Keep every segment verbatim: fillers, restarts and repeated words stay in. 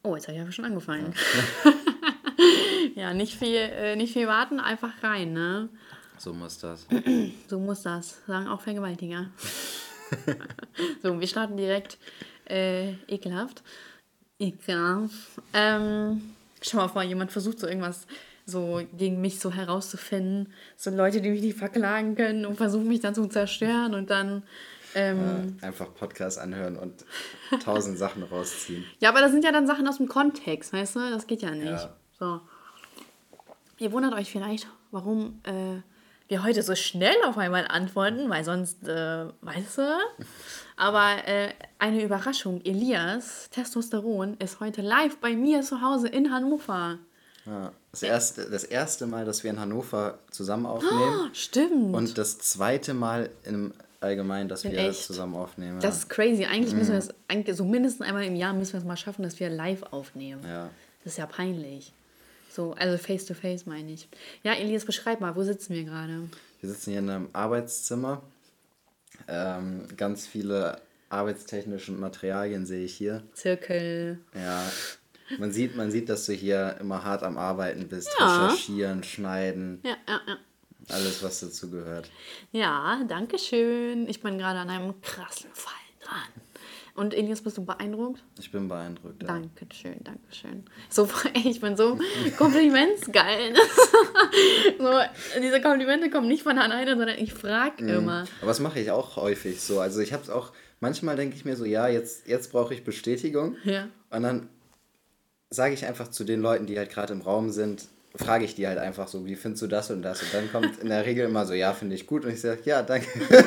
Oh, jetzt habe ich einfach schon angefangen. Ja, ja nicht, viel, äh, nicht viel warten, einfach rein, ne? So muss das. So muss das. Sagen auch Vergewaltiger. So, wir starten direkt äh, ekelhaft. Ekelhaft. Ähm, stell mal vor, jemand versucht so irgendwas so gegen mich so herauszufinden. So Leute, die mich nicht verklagen können und versuchen mich dann zu zerstören und dann... Ähm, Ja, einfach Podcast anhören und tausend Sachen rausziehen. ja, aber das sind ja dann Sachen aus dem Kontext, weißt du? Das geht ja nicht. Ja. So. Ihr wundert euch vielleicht, warum äh, wir heute so schnell auf einmal antworten, weil sonst, äh, weißt du? Aber äh, eine Überraschung, Elias, Testosteron, ist heute live bei mir zu Hause in Hannover. Ja. Das, erste, das erste Mal, dass wir in Hannover zusammen aufnehmen. Stimmt. Und das zweite Mal im Allgemeinen, dass In wir echt. zusammen aufnehmen. Das ist crazy. Eigentlich müssen wir das, eigentlich so mindestens einmal im Jahr müssen wir es mal schaffen, dass wir live aufnehmen. Ja. Das ist ja peinlich. So, also face to face meine ich. Ja, Elias, beschreib mal, wo sitzen wir gerade? Wir sitzen hier in einem Arbeitszimmer. Ähm, ganz viele arbeitstechnische Materialien sehe ich hier. Zirkel. Ja. Man sieht, man sieht, dass du hier immer hart am Arbeiten bist. Ja. Recherchieren, schneiden. Ja, ja, ja. Alles, was dazu gehört. Ja, danke schön. Ich bin gerade an einem krassen Fall dran. Und Elias, bist du beeindruckt? Ich bin beeindruckt. Ja. Dankeschön, Dankeschön. So, ich bin so komplimentsgeil. So, diese Komplimente kommen nicht von alleine, sondern ich frage Mhm. immer. Aber das mache ich auch häufig so. Also ich habe es auch, manchmal denke ich mir so, ja, jetzt, jetzt brauche ich Bestätigung. Ja. Und dann sage ich einfach zu den Leuten, die halt gerade im Raum sind, frage ich die halt einfach so, wie findest du das und das? Und dann kommt in der Regel immer so, ja, finde ich gut. Und ich sage, ja, danke.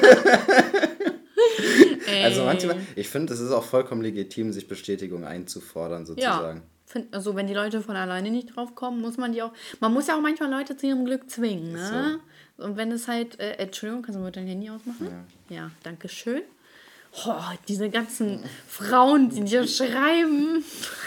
Also manchmal, ich finde, es ist auch vollkommen legitim, sich Bestätigung einzufordern, sozusagen. Ja, find, also wenn die Leute von alleine nicht drauf kommen, muss man die auch, man muss ja auch manchmal Leute zu ihrem Glück zwingen, ne? So. Und wenn es halt, äh, Entschuldigung, kannst du mal dein Handy ausmachen? Ja, ja, danke schön. Oh, diese ganzen Frauen, die dir schreiben.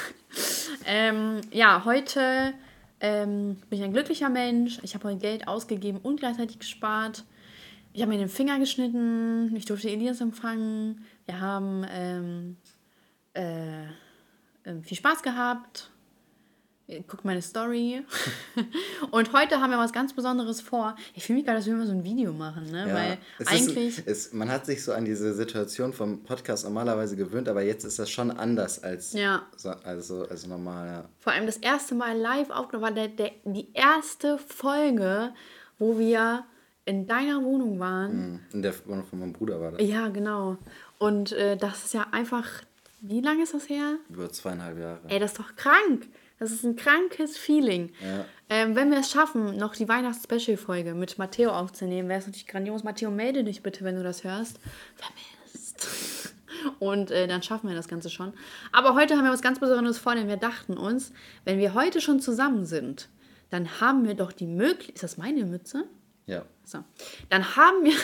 ähm, ja, heute ähm, bin ich ein glücklicher Mensch. Ich habe heute Geld ausgegeben und gleichzeitig gespart. Ich habe mir den Finger geschnitten. Ich durfte Elias empfangen. Wir haben ähm, äh, äh, viel Spaß gehabt. Guckt meine Story. Und heute haben wir was ganz Besonderes vor. Ich fühle mich gerade, dass wir immer so ein Video machen, ne? Ja, Weil es eigentlich... Ist, es, man hat sich so an diese Situation vom Podcast normalerweise gewöhnt, aber jetzt ist das schon anders als, Ja. so, also, als normal. Ja. Vor allem das erste Mal live aufgenommen war der, der, die erste Folge, wo wir in deiner Wohnung waren. In der Wohnung von meinem Bruder war das. Ja, genau. Und äh, das ist ja einfach... Wie lange ist das her? Über zweieinhalb Jahre. Ey, das ist doch krank. Das ist ein krankes Feeling. Ja. Ähm, wenn wir es schaffen, noch die Weihnachts-Special-Folge mit Matteo aufzunehmen, wäre es natürlich grandios. Matteo, melde dich bitte, wenn du das hörst. Vermisst. Und äh, dann schaffen wir das Ganze schon. Aber heute haben wir was ganz Besonderes vor, denn wir dachten uns, wenn wir heute schon zusammen sind, dann haben wir doch die Möglichkeit... Ist das meine Mütze? Ja. So. Dann haben wir...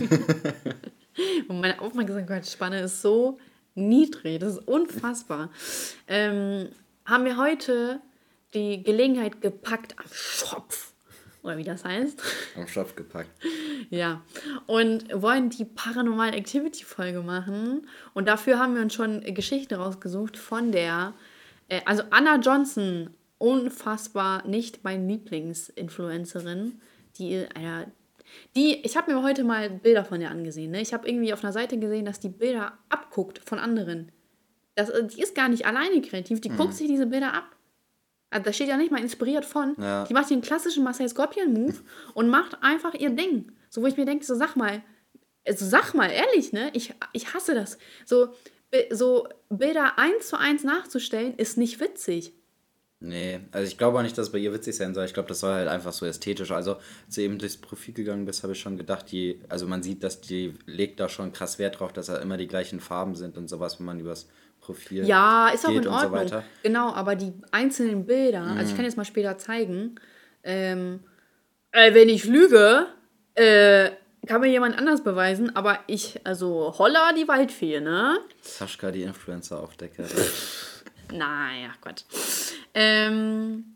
Die Und meine Aufmerksamkeitsspanne ist so niedrig. Das ist unfassbar. Ähm... haben wir heute die Gelegenheit gepackt am Schopf. Oder wie das heißt. Am Schopf gepackt. Ja. Und wollen die Paranormal Activity Folge machen. Und dafür haben wir uns schon Geschichten rausgesucht von der, äh, also Anna Johnson, unfassbar nicht meine Lieblingsinfluencerin, die, äh, die, ich habe mir heute mal Bilder von ihr angesehen. Ne? Ich habe irgendwie auf einer Seite gesehen, dass die Bilder abguckt von anderen. Das, die ist gar nicht alleine kreativ, die mhm. guckt sich diese Bilder ab. Also da steht ja nicht mal inspiriert von. Ja. Die macht den klassischen Marcel Scorpion-Move und macht einfach ihr Ding. So, wo ich mir denke, so sag mal, also sag mal, ehrlich, ne? Ich, ich hasse das. So, so Bilder eins zu eins nachzustellen, ist nicht witzig. Nee, also ich glaube auch nicht, dass es bei ihr witzig sein soll. Ich glaube, das soll halt einfach so ästhetisch. Also, als du eben durchs Profil gegangen bist, habe ich schon gedacht, die, also man sieht, dass die legt da schon krass Wert drauf, dass da immer die gleichen Farben sind und sowas, wenn man übers Profil ja, ist auch in Ordnung. Und so weiter. Genau, aber die einzelnen Bilder, mhm. also ich kann jetzt mal später zeigen, ähm, äh, wenn ich lüge, äh, kann mir jemand anders beweisen, aber ich, also Holla die Waldfee, ne? Sascha, die Influencer-Aufdecker. Naja, Gott. Ähm,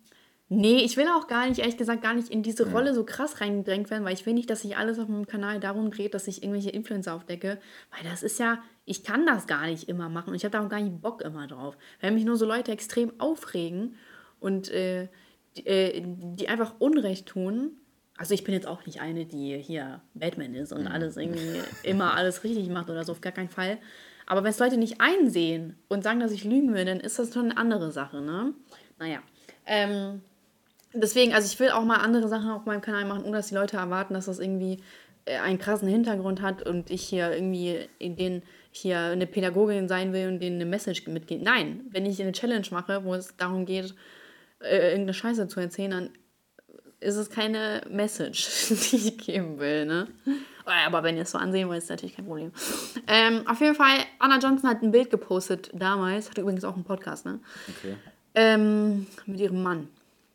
Nee, ich will auch gar nicht, ehrlich gesagt, gar nicht in diese Rolle so krass reingedrängt werden, weil ich will nicht, dass sich alles auf meinem Kanal darum dreht, dass ich irgendwelche Influencer aufdecke, weil das ist ja, ich kann das gar nicht immer machen und ich habe da auch gar nicht Bock immer drauf. Wenn mich nur so Leute extrem aufregen und äh, die, äh, die einfach Unrecht tun, also ich bin jetzt auch nicht eine, die hier Batman ist und alles irgendwie immer alles richtig macht oder so, auf gar keinen Fall. Aber wenn es Leute nicht einsehen und sagen, dass ich lügen will, dann ist das schon eine andere Sache, ne? Naja. Ähm, Deswegen, also ich will auch mal andere Sachen auf meinem Kanal machen, ohne dass die Leute erwarten, dass das irgendwie äh, einen krassen Hintergrund hat und ich hier irgendwie in den hier eine Pädagogin sein will und denen eine Message mitgeben. Nein, wenn ich eine Challenge mache, wo es darum geht, äh, irgendeine Scheiße zu erzählen, dann ist es keine Message, die ich geben will, ne? Aber wenn ihr es so ansehen wollt, ist natürlich kein Problem. Ähm, auf jeden Fall, Anna Johnson hat ein Bild gepostet damals, hatte übrigens auch einen Podcast, ne? Okay. Ähm, mit ihrem Mann.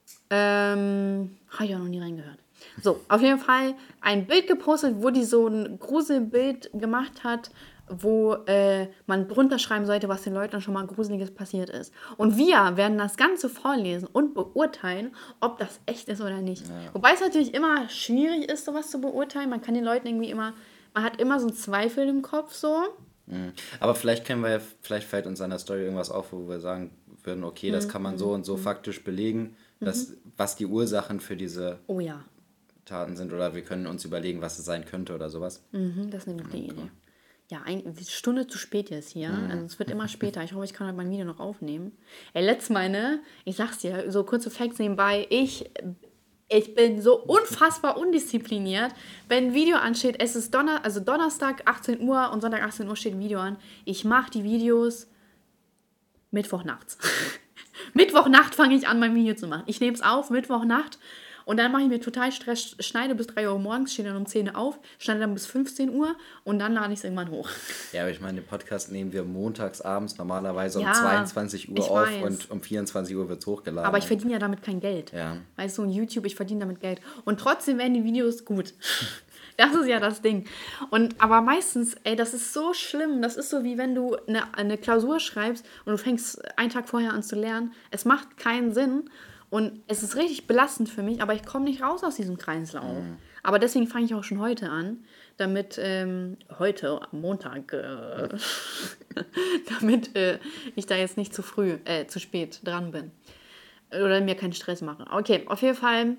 Ähm, habe ich auch noch nie reingehört. So, auf jeden Fall ein Bild gepostet, wo die so ein Gruselbild gemacht hat, wo äh, man drunter schreiben sollte, was den Leuten schon mal Gruseliges passiert ist. Und wir werden das Ganze vorlesen und beurteilen, ob das echt ist oder nicht. Ja. Wobei es natürlich immer schwierig ist, sowas zu beurteilen. Man kann den Leuten irgendwie immer, man hat immer so einen Zweifel im Kopf so. Mhm. Aber vielleicht können wir ja, vielleicht fällt uns an der Story irgendwas auf, wo wir sagen würden, okay, das kann man so und so faktisch belegen, dass, was die Ursachen für diese Oh ja, Taten sind, oder wir können uns überlegen, was es sein könnte oder sowas. mhm, das ist eine gute Idee. Ja, eine Stunde zu spät jetzt hier. Also es wird immer später. Ich hoffe, ich kann heute mein Video noch aufnehmen. Ey, letztes Mal, ne? Ich sag's dir, so kurze Facts nebenbei. Ich, ich bin so unfassbar undiszipliniert. Wenn ein Video ansteht, es ist Donner, also Donnerstag achtzehn Uhr und Sonntag achtzehn Uhr steht ein Video an. Ich mache die Videos Mittwochnachts. Mittwochnacht fange ich an, mein Video zu machen. Ich nehme es auf, Mittwochnacht. Und dann mache ich mir total Stress, schneide bis drei Uhr morgens, stehe dann um zehn Uhr auf, schneide dann bis fünfzehn Uhr und dann lade ich es irgendwann hoch. Ja, aber ich meine, den Podcast nehmen wir montags abends normalerweise um Ja, zweiundzwanzig Uhr ich auf weiß. und um vierundzwanzig Uhr wird es hochgeladen. Aber ich verdiene ja damit kein Geld. Ja. Weißt du, in YouTube, ich verdiene damit Geld. Und trotzdem werden die Videos gut. Das ist ja das Ding. Und aber meistens, ey, das ist so schlimm. Das ist so, wie wenn du eine, eine Klausur schreibst und du fängst einen Tag vorher an zu lernen. Es macht keinen Sinn. Und es ist richtig belastend für mich, aber ich komme nicht raus aus diesem Kreislauf. Mhm. Aber deswegen fange ich auch schon heute an, damit ähm, heute, am Montag, äh, damit äh, ich da jetzt nicht zu früh, äh, zu spät dran bin. Oder mir keinen Stress mache. Okay, auf jeden Fall,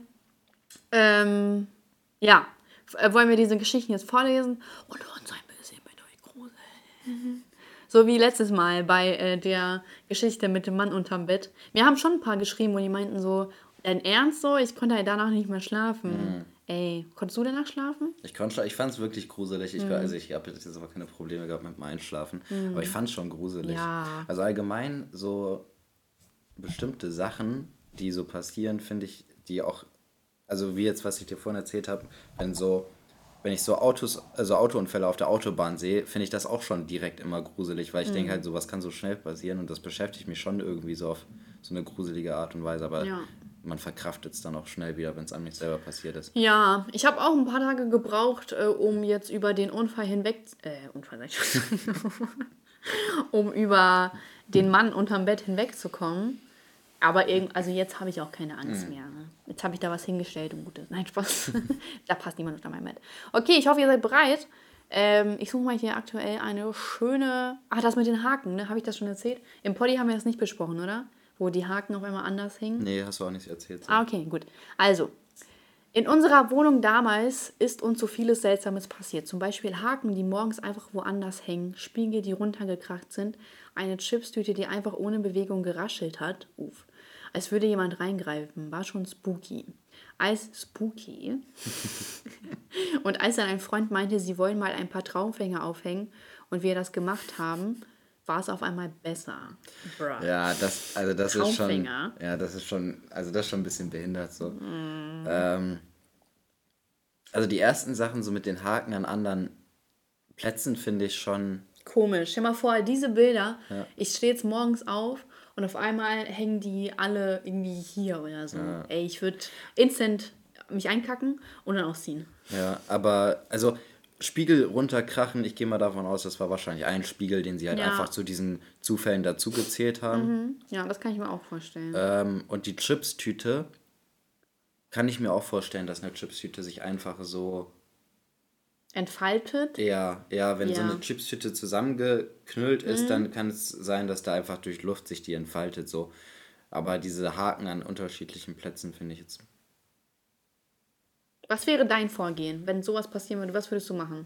ähm, ja, wollen wir diese Geschichten jetzt vorlesen und uns ein bisschen mit euch gruseln. So wie letztes Mal bei äh, der Geschichte mit dem Mann unterm Bett. Wir haben schon ein paar geschrieben, wo die meinten so, dein Ernst so? Ich konnte halt danach nicht mehr schlafen. Mhm. Ey, konntest du danach schlafen? Ich konnte, ich fand es wirklich gruselig. Ich, mhm. Also ich habe jetzt aber keine Probleme gehabt mit dem Einschlafen. Mhm. Aber ich fand es schon gruselig. Ja. Also allgemein so bestimmte Sachen, die so passieren, finde ich, die auch, also wie jetzt, was ich dir vorhin erzählt habe, wenn so... Wenn ich so Autos, also Autounfälle auf der Autobahn sehe, finde ich das auch schon direkt immer gruselig, weil ich mhm. denke halt, sowas kann so schnell passieren und das beschäftigt mich schon irgendwie so auf so eine gruselige Art und Weise, aber ja. man verkraftet es dann auch schnell wieder, wenn es einem nicht selber passiert ist. Ja, ich habe auch ein paar Tage gebraucht, äh, um jetzt über den Unfall hinweg, äh, Unfall, um über den Mann unterm Bett hinwegzukommen. Aber irgend, also jetzt habe ich auch keine Angst mhm. mehr. Ne? Jetzt habe ich da was hingestellt und gut ist. Nein, Spaß. Da passt niemand unter mein Bett. Okay, ich hoffe, ihr seid bereit. Ähm, ich suche mal hier aktuell eine schöne... Ach, das mit den Haken, ne? Habe ich das schon erzählt? Im Poddy haben wir das nicht besprochen, oder? Wo die Haken auf einmal anders hingen. Nee, hast du auch nicht erzählt. So. Ah, okay, gut. Also, in unserer Wohnung damals ist uns so vieles Seltsames passiert. Zum Beispiel Haken, die morgens einfach woanders hängen, Spiegel, die runtergekracht sind, eine Chipstüte, die einfach ohne Bewegung geraschelt hat. Uff. Als würde jemand reingreifen. War schon spooky. Als spooky. Und als dann ein Freund meinte, sie wollen mal ein paar Traumfänger aufhängen und wir das gemacht haben, war es auf einmal besser. Bruh. Ja, das, also das ist schon, ja, das ist schon, also das ist schon ein bisschen behindert so. Mm. Ähm, also die ersten Sachen so mit den Haken an anderen Plätzen finde ich schon komisch. Stell mal vor, diese Bilder, ja. Ich stehe jetzt morgens auf und auf einmal hängen die alle irgendwie hier oder so. Ja. Ey, ich würde instant mich einkacken und dann ausziehen. Ja, aber also Spiegel runterkrachen, ich gehe mal davon aus, das war wahrscheinlich ein Spiegel, den sie halt ja. einfach zu diesen Zufällen dazu gezählt haben. Mhm. Ja, das kann ich mir auch vorstellen. Ähm, und die Chipstüte, kann ich mir auch vorstellen, dass eine Chipstüte sich einfach so entfaltet. Ja, ja, wenn so Ja. eine Chipstüte zusammengeknüllt ist, dann kann es sein, dass da einfach durch Luft sich die entfaltet so. Aber diese Haken an unterschiedlichen Plätzen finde ich jetzt. Was wäre dein Vorgehen, wenn sowas passieren würde? Was würdest du machen?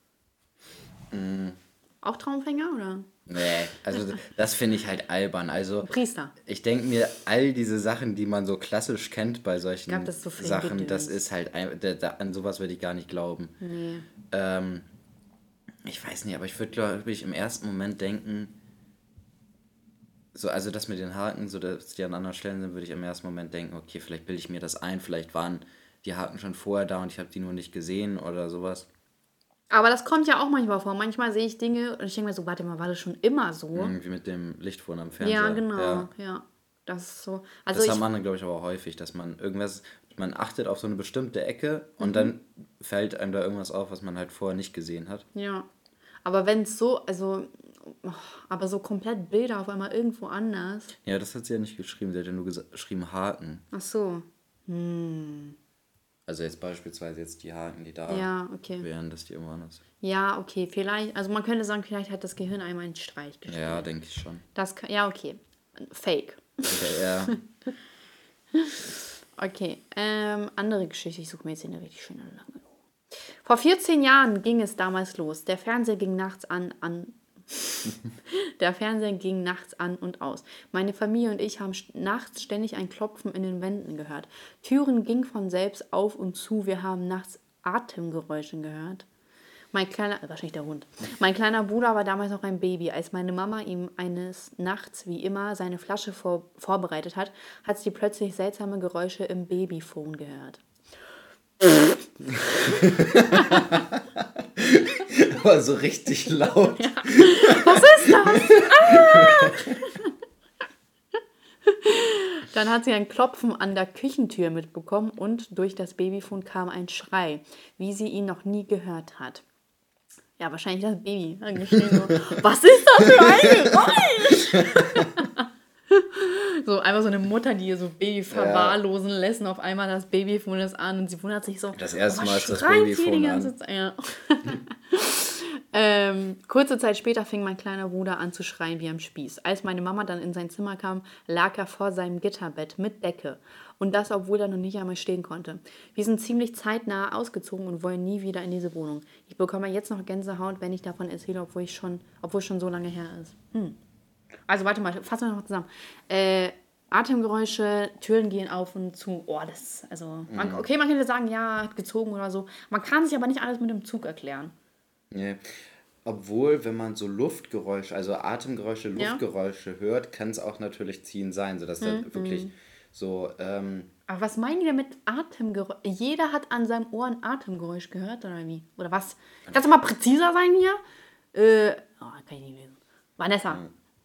Auch Traumfänger oder? Nee, also das finde ich halt albern. Also Priester. ich denke mir, all diese Sachen, die man so klassisch kennt bei solchen glaub, das ist so viel Sachen, das Gedöns. ist halt, ein- da, da, an sowas würde ich gar nicht glauben. Nee. Ähm, ich weiß nicht, aber ich würde, glaube ich, im ersten Moment denken, so, also das mit den Haken, so dass die an anderen Stellen sind, würde ich im ersten Moment denken, okay, vielleicht bilde ich mir das ein, vielleicht waren die Haken schon vorher da und ich habe die nur nicht gesehen oder sowas. Aber das kommt ja auch manchmal vor. Manchmal sehe ich Dinge und ich denke mir so, warte mal, war das schon immer so? Irgendwie mit dem Lichtfon am Fernseher. Ja, genau. Ja. Ja. Das ist so. Also Das ich, hat man, glaube ich, aber auch häufig, dass man irgendwas, man achtet auf so eine bestimmte Ecke und dann fällt einem da irgendwas auf, was man halt vorher nicht gesehen hat. ja. Aber wenn es so, also, oh, aber so komplett Bilder auf einmal irgendwo anders. Ja, das hat sie ja nicht geschrieben, sie hat ja nur gesa- geschrieben Haken. Ach so. Also jetzt beispielsweise jetzt die Haken, die da Ja, okay. wären, dass die irgendwo anders. Ja, okay. Vielleicht, also man könnte sagen, vielleicht hat das Gehirn einmal einen Streich gespielt. Ja, denke ich schon. Das kann, ja, okay. Fake. Okay, ja. Okay, ähm, andere Geschichte. Ich suche mir jetzt hier eine richtig schöne lange. Vor vierzehn Jahren ging es damals los. Der Fernseher ging nachts an, an. Der Fernseher ging nachts an und aus. Meine Familie und ich haben st- nachts ständig ein Klopfen in den Wänden gehört. Türen gingen von selbst auf und zu. Wir haben nachts Atemgeräusche gehört. Mein kleiner, äh, wahrscheinlich der Hund. Mein kleiner Bruder war damals noch ein Baby. Als meine Mama ihm eines Nachts, wie immer, seine Flasche vor, vorbereitet hat, hat sie plötzlich seltsame Geräusche im Babyphone gehört. Aber so richtig laut. Ja. Was ist das? Ah! Dann hat sie ein Klopfen an der Küchentür mitbekommen und durch das Babyphone kam ein Schrei, wie sie ihn noch nie gehört hat. Ja, wahrscheinlich das Baby. Hat geschrien so, was ist das für ein Geräusch? So einfach so eine Mutter, die ihr so Baby verwahrlosen lässt und auf einmal das Babyphone ist an und sie wundert sich so, Das erste oh, was Mal ist das schreit Babyphone hier die ganze an. Zeit? Ja. ähm, kurze Zeit später fing mein kleiner Bruder an zu schreien wie am Spieß. Als meine Mama dann in sein Zimmer kam, lag er vor seinem Gitterbett mit Decke. Und das, obwohl er noch nicht einmal stehen konnte. Wir sind ziemlich zeitnah ausgezogen und wollen nie wieder in diese Wohnung. Ich bekomme jetzt noch Gänsehaut, wenn ich davon erzähle, obwohl ich schon, obwohl es schon so lange her ist. Hm. Also warte mal, fassen wir noch zusammen. Äh, Atemgeräusche, Türen gehen auf und zu. Oh, das, also, man, okay, man könnte sagen, ja, hat gezogen oder so. Man kann sich aber nicht alles mit dem Zug erklären. Nee. Obwohl, wenn man so Luftgeräusche, also Atemgeräusche, Ja. Luftgeräusche hört, kann es auch natürlich ziehen sein, sodass da wirklich so, ähm, Aber was meinen die denn mit Atemgeräusch? Jeder hat an seinem Ohr ein Atemgeräusch gehört, oder wie? Oder was? Kannst du mal präziser sein hier? Äh, oh, kann ich nicht lesen. Vanessa.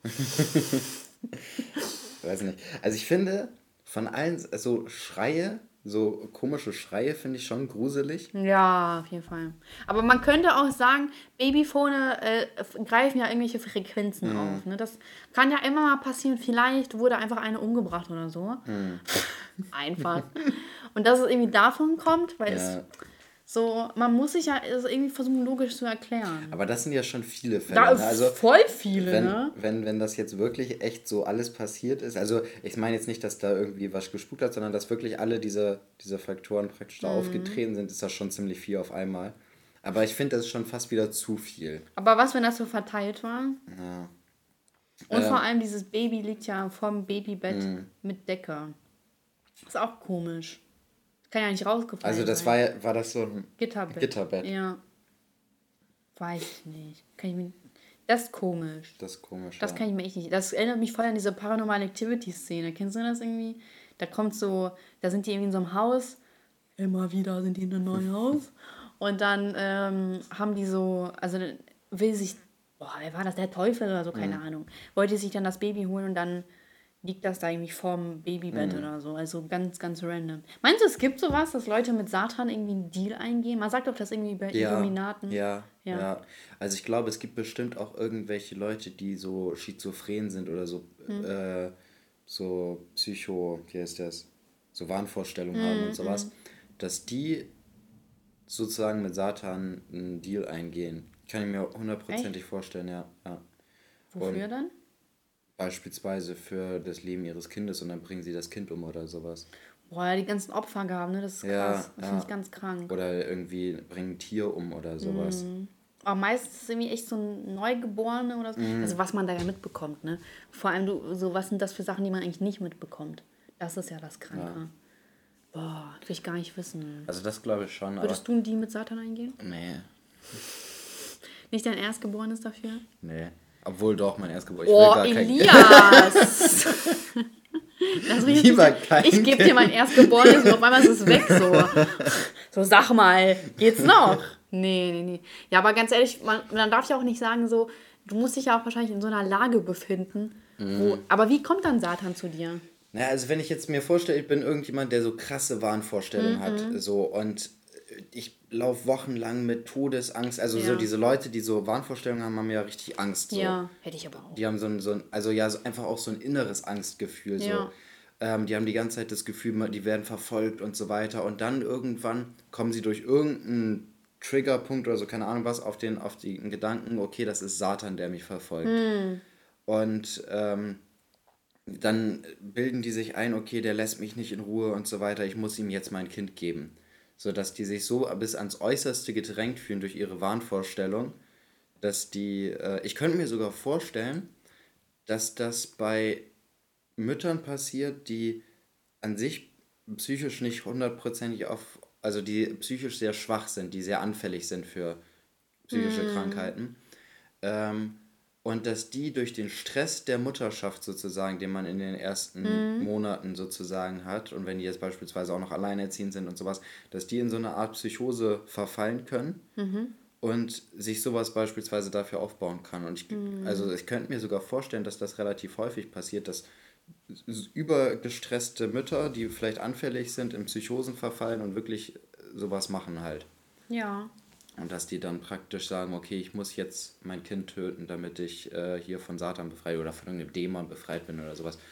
weiß nicht. Also ich finde, von allen, so Schreie, so komische Schreie finde ich schon gruselig. Ja, auf jeden Fall. Aber man könnte auch sagen, Babyphone äh, f- greifen ja irgendwelche Frequenzen auf. Ne? Das kann ja immer mal passieren. Vielleicht wurde einfach eine umgebracht oder so. Einfach. Und dass es irgendwie davon kommt, weil es Ja. so, man muss sich ja es irgendwie versuchen, logisch zu erklären. Aber das sind ja schon viele Fälle. Da Ne? Also voll viele, wenn, ne? wenn, wenn das jetzt wirklich echt so alles passiert ist, also ich meine jetzt nicht, dass da irgendwie was gespukt hat, sondern dass wirklich alle diese, diese Faktoren praktisch da aufgetreten sind, ist das schon ziemlich viel auf einmal. Aber ich finde, das ist schon fast wieder zu viel. Aber was, wenn das so verteilt war? Ja. Und Ähm. vor allem dieses Baby liegt ja vorm Babybett Mhm. mit Decke. Ist auch komisch. Kann ja nicht rausgefallen Also das sein. war, ja- war das so ein Gitterbett. Gitterbett. Ja. Weiß ich nicht. Kann ich mir... Das ist komisch. Das ist komisch. Das ja. kann ich mir echt nicht... Das erinnert mich voll an diese Paranormal Activity-Szene. Kennst du das irgendwie? Da kommt so... Da sind die irgendwie in so einem Haus. Immer wieder sind die in einem neuen Haus. Und dann ähm, haben die so... Also will sich... Boah, wer war das? Der Teufel oder so? Keine Ahnung. Wollte sich dann das Baby holen und dann liegt das da irgendwie vorm Babybett oder so. Also ganz, ganz random. Meinst du, es gibt sowas, dass Leute mit Satan irgendwie einen Deal eingehen? Man sagt doch das irgendwie bei Ja, Illuminaten. ja, Ja. ja, Also ich glaube, es gibt bestimmt auch irgendwelche Leute, die so schizophren sind oder so, Hm. äh, so Psycho, wie heißt das? so Wahnvorstellungen Mm, haben und sowas, mm. dass die sozusagen mit Satan einen Deal eingehen. Kann ich mir hundertprozentig Echt? vorstellen, ja. ja. Wofür Und dann? beispielsweise für das Leben ihres Kindes und dann bringen sie das Kind um oder sowas. Boah, die ganzen Opfer gehabt, ne? Das ist Ja, krass. Das finde ich ja. ganz krank. Oder irgendwie bringen ein Tier um oder sowas. Aber meistens ist es irgendwie echt so ein Neugeborene oder so. Also was man da ja mitbekommt, ne? Vor allem, du, so was sind das für Sachen, die man eigentlich nicht mitbekommt. Das ist ja das Kranke. Boah, will ich gar nicht wissen. Also das glaube ich schon, aber Würdest du einen Deal mit Satan eingehen? nee, Nicht dein Erstgeborenes dafür? nee. Obwohl doch, mein Erstgeburt. Ich will Oh, gar kein Elias! Das riecht Lieber nicht- kein Ich gebe dir mein Erstgeborenes und auf einmal ist es weg so. So, sag mal, geht's noch? Nee, nee, nee. Ja, aber ganz ehrlich, man, man darf ja auch nicht sagen so, du musst dich ja auch wahrscheinlich in so einer Lage befinden, wo, aber wie kommt dann Satan zu dir? Naja, also wenn ich jetzt mir vorstelle, ich bin irgendjemand, der so krasse Wahnvorstellungen hat, so und ich laufe wochenlang mit Todesangst, also so Ja. diese Leute, die so Wahnvorstellungen haben, haben ja richtig Angst. So. Ja, hätte ich aber auch. Die haben so ein, so ein also ja, so einfach auch so ein inneres Angstgefühl. So. Ja. Ähm, die haben die ganze Zeit das Gefühl, die werden verfolgt und so weiter. Und dann irgendwann kommen sie durch irgendeinen Triggerpunkt oder so, keine Ahnung was, auf den, auf den Gedanken, okay, das ist Satan, der mich verfolgt. Und ähm, dann bilden die sich ein, okay, der lässt mich nicht in Ruhe und so weiter, ich muss ihm jetzt mein Kind geben. Sodass die sich so bis ans Äußerste gedrängt fühlen durch ihre Wahnvorstellung, dass die, äh, ich könnte mir sogar vorstellen, dass das bei Müttern passiert, die an sich psychisch nicht hundertprozentig auf, also die psychisch sehr schwach sind, die sehr anfällig sind für psychische Krankheiten. Ähm, und dass die durch den Stress der Mutterschaft sozusagen, den man in den ersten Monaten sozusagen hat, und wenn die jetzt beispielsweise auch noch alleinerziehend sind und sowas, dass die in so eine Art Psychose verfallen können und sich sowas beispielsweise dafür aufbauen kann. Und ich, also ich könnte mir sogar vorstellen, dass das relativ häufig passiert, dass übergestresste Mütter, die vielleicht anfällig sind, in Psychosen verfallen und wirklich sowas machen halt. Ja. Und dass die dann praktisch sagen, okay, ich muss jetzt mein Kind töten, damit ich äh, hier von Satan befreit oder von irgendeinem Dämon befreit bin oder sowas.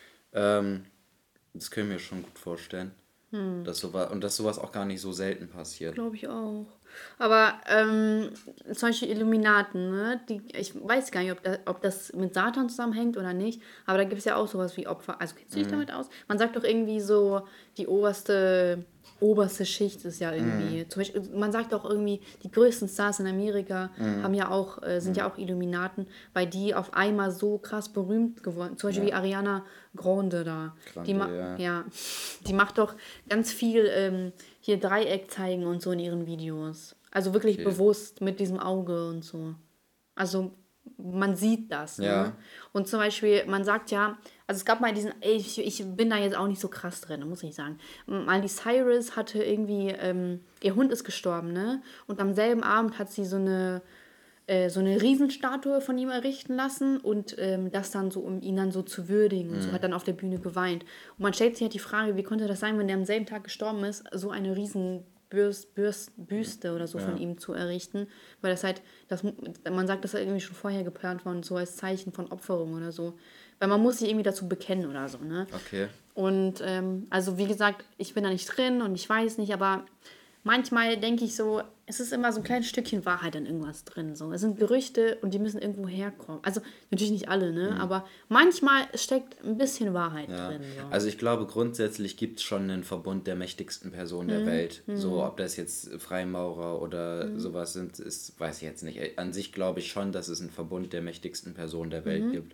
Ähm, das können wir mir schon gut vorstellen. Dass sowas, und dass sowas auch gar nicht so selten passiert. Glaube ich auch. Aber ähm, zum Beispiel Illuminaten, ne? Die, ich weiß gar nicht, ob das, ob das mit Satan zusammenhängt oder nicht, aber da gibt es ja auch sowas wie Opfer. Also kennst du dich damit aus? Man sagt doch irgendwie so, die oberste, oberste Schicht ist ja irgendwie. Zum Beispiel, man sagt auch irgendwie, die größten Stars in Amerika haben ja auch, äh, sind ja auch Illuminaten, weil die auf einmal so krass berühmt geworden. Zum Beispiel wie Ariana Grande da. Grande, die ma- ja. ja, die macht doch ganz viel ähm, hier Dreieck zeigen und so in ihren Videos. Also wirklich Okay. bewusst mit diesem Auge und so. Also man sieht das. Ne? Ja. Und zum Beispiel, man sagt ja, also es gab mal diesen, ich, ich bin da jetzt auch nicht so krass drin, muss ich sagen. Miley Cyrus hatte irgendwie, ähm, ihr Hund ist gestorben, ne? Und am selben Abend hat sie so eine äh, so eine Riesenstatue von ihm errichten lassen und ähm, das dann so, um ihn dann so zu würdigen und so, hat dann auf der Bühne geweint. Und man stellt sich halt die Frage, wie konnte das sein, wenn der am selben Tag gestorben ist, so eine riesen Bürst, Bürst, Büste oder so von ihm zu errichten, weil das halt, das, man sagt, das ist irgendwie schon vorher geplant worden, so als Zeichen von Opferung oder so. Weil man muss sich irgendwie dazu bekennen oder so, ne? Okay. Und ähm, also wie gesagt, ich bin da nicht drin und ich weiß nicht, aber manchmal denke ich so, es ist immer so ein kleines Stückchen Wahrheit in irgendwas drin. So. Es sind Gerüchte und die müssen irgendwo herkommen. Also natürlich nicht alle, ne? Aber manchmal steckt ein bisschen Wahrheit Ja. drin. So. Also ich glaube, grundsätzlich gibt es schon einen Verbund der mächtigsten Personen der Welt. So, ob das jetzt Freimaurer oder sowas sind, ist, weiß ich jetzt nicht. An sich glaube ich schon, dass es einen Verbund der mächtigsten Personen der Welt gibt.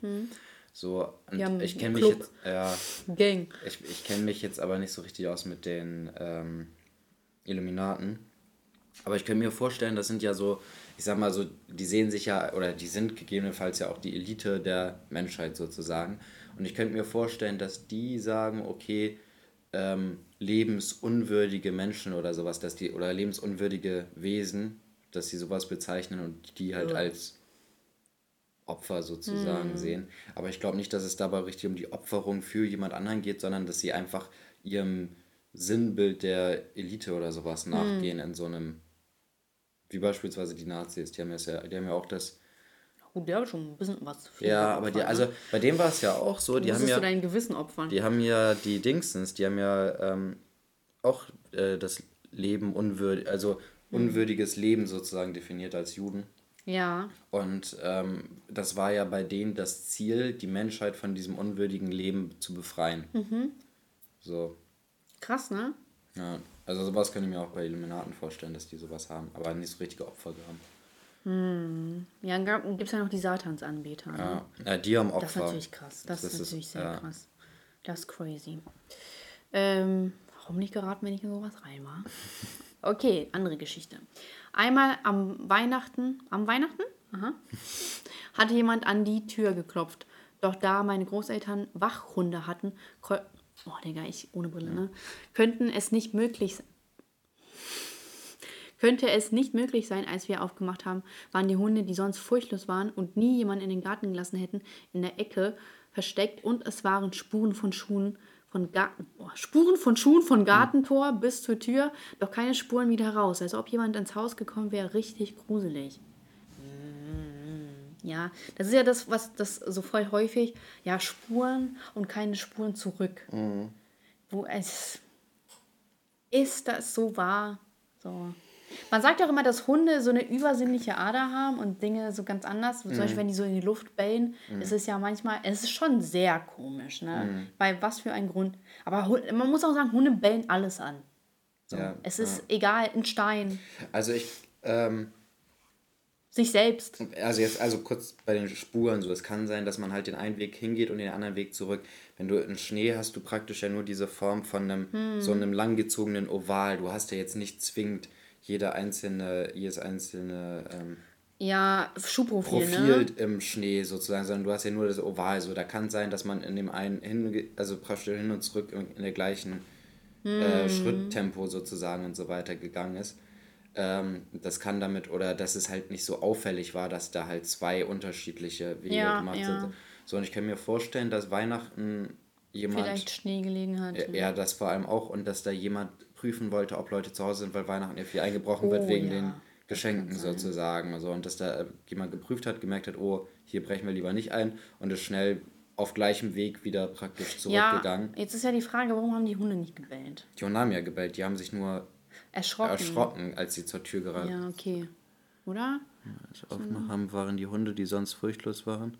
So, und Die haben ich einen kenne mich Club. jetzt, ja, Gang. ich, ich kenne mich jetzt aber nicht so richtig aus mit den ähm, Illuminaten. Aber ich kann mir vorstellen, das sind ja so, ich sag mal so, die sehen sich ja, oder die sind gegebenenfalls ja auch die Elite der Menschheit sozusagen. Und ich könnte mir vorstellen, dass die sagen, okay, ähm, lebensunwürdige Menschen oder sowas, dass die, oder lebensunwürdige Wesen, dass sie sowas bezeichnen und die halt Ja. als Opfer sozusagen sehen. Aber ich glaube nicht, dass es dabei richtig um die Opferung für jemand anderen geht, sondern dass sie einfach ihrem Sinnbild der Elite oder sowas nachgehen in so einem, wie beispielsweise die Nazis, die haben, das ja, die haben ja auch das Gut, der hat schon ein bisschen was. Ja, aber die, also bei dem war es ja auch so, die haben ja, du dein Gewissen opfern. die haben ja die Dingsens, die haben ja ähm, auch äh, das Leben unwürdig, also unwürdiges Leben sozusagen definiert als Juden. Ja. Und ähm, das war ja bei denen das Ziel, die Menschheit von diesem unwürdigen Leben zu befreien. Mhm. So. Krass, ne? Ja, also sowas kann ich mir auch bei Illuminaten vorstellen, dass die sowas haben, aber nicht so richtige Opfer haben. Hm. Ja, dann gibt es ja noch die Satansanbeter. Ne? Ja, ja, die haben Opfer. Das ist natürlich krass. Das, Das ist natürlich ist, sehr ja. krass. Das ist crazy. Ähm, warum nicht geraten, wenn ich in sowas rein war? Okay, andere Geschichte. Einmal am Weihnachten, am Weihnachten? Aha. Hatte jemand an die Tür geklopft. Doch da meine Großeltern Wachhunde hatten, ko- oh Digga, ich ohne Brille, ne? Könnten es nicht möglich sein. Könnte es nicht möglich sein, als wir aufgemacht haben, waren die Hunde, die sonst furchtlos waren und nie jemanden in den Garten gelassen hätten, in der Ecke versteckt und es waren Spuren von Schuhen von Garten, oh, Spuren von Schuhen von Gartentor bis zur Tür, doch keine Spuren wieder heraus, als ob jemand ins Haus gekommen wäre, richtig gruselig. Ja, das ist ja das, was das so voll häufig, ja, Spuren und keine Spuren zurück. Mhm. Wo es ist das so wahr? So. Man sagt auch immer, dass Hunde so eine übersinnliche Ader haben und Dinge so ganz anders. Zum Beispiel, wenn die so in die Luft bellen, ist es ja manchmal, es ist schon sehr komisch, ne? Bei was für ein Grund. Aber Hu- man muss auch sagen, Hunde bellen alles an. So. Ja, Es ist egal, ein Stein, Also ich, ähm, sich selbst. also jetzt, also kurz bei den Spuren so, es kann sein, dass man halt den einen Weg hingeht und den anderen Weg zurück. Wenn du in Schnee hast, du praktisch ja nur diese Form von einem, so einem langgezogenen Oval. Du hast ja jetzt nicht zwingend jede einzelne, jedes einzelne ähm, Ja, Schuhprofil, Profil ne? im Schnee sozusagen, sondern du hast ja nur das Oval. So, da kann sein, dass man in dem einen hin, also praktisch hin und zurück in, in der gleichen äh, Schritttempo sozusagen und so weiter gegangen ist. Ähm, das kann damit, oder dass es halt nicht so auffällig war, dass da halt zwei unterschiedliche Wege Ja, gemacht ja. sind. So, und ich kann mir vorstellen, dass Weihnachten jemand, Vielleicht Schnee gelegen hat. ja, ja, das vor allem auch, und dass da jemand prüfen wollte, ob Leute zu Hause sind, weil Weihnachten ja viel eingebrochen wird Oh, wegen ja, den das Geschenken kann sein. sozusagen. Also, und dass da äh, jemand geprüft hat, gemerkt hat, oh, hier brechen wir lieber nicht ein, und ist schnell auf gleichem Weg wieder praktisch Ja, zurückgegangen. jetzt ist ja die Frage, warum haben die Hunde nicht gebellt? Die Hunde haben ja gebellt, die haben sich nur Erschrocken. erschrocken, als sie zur Tür gerannt Ja, okay. Oder? als aufgemacht haben, waren die Hunde, die sonst furchtlos waren.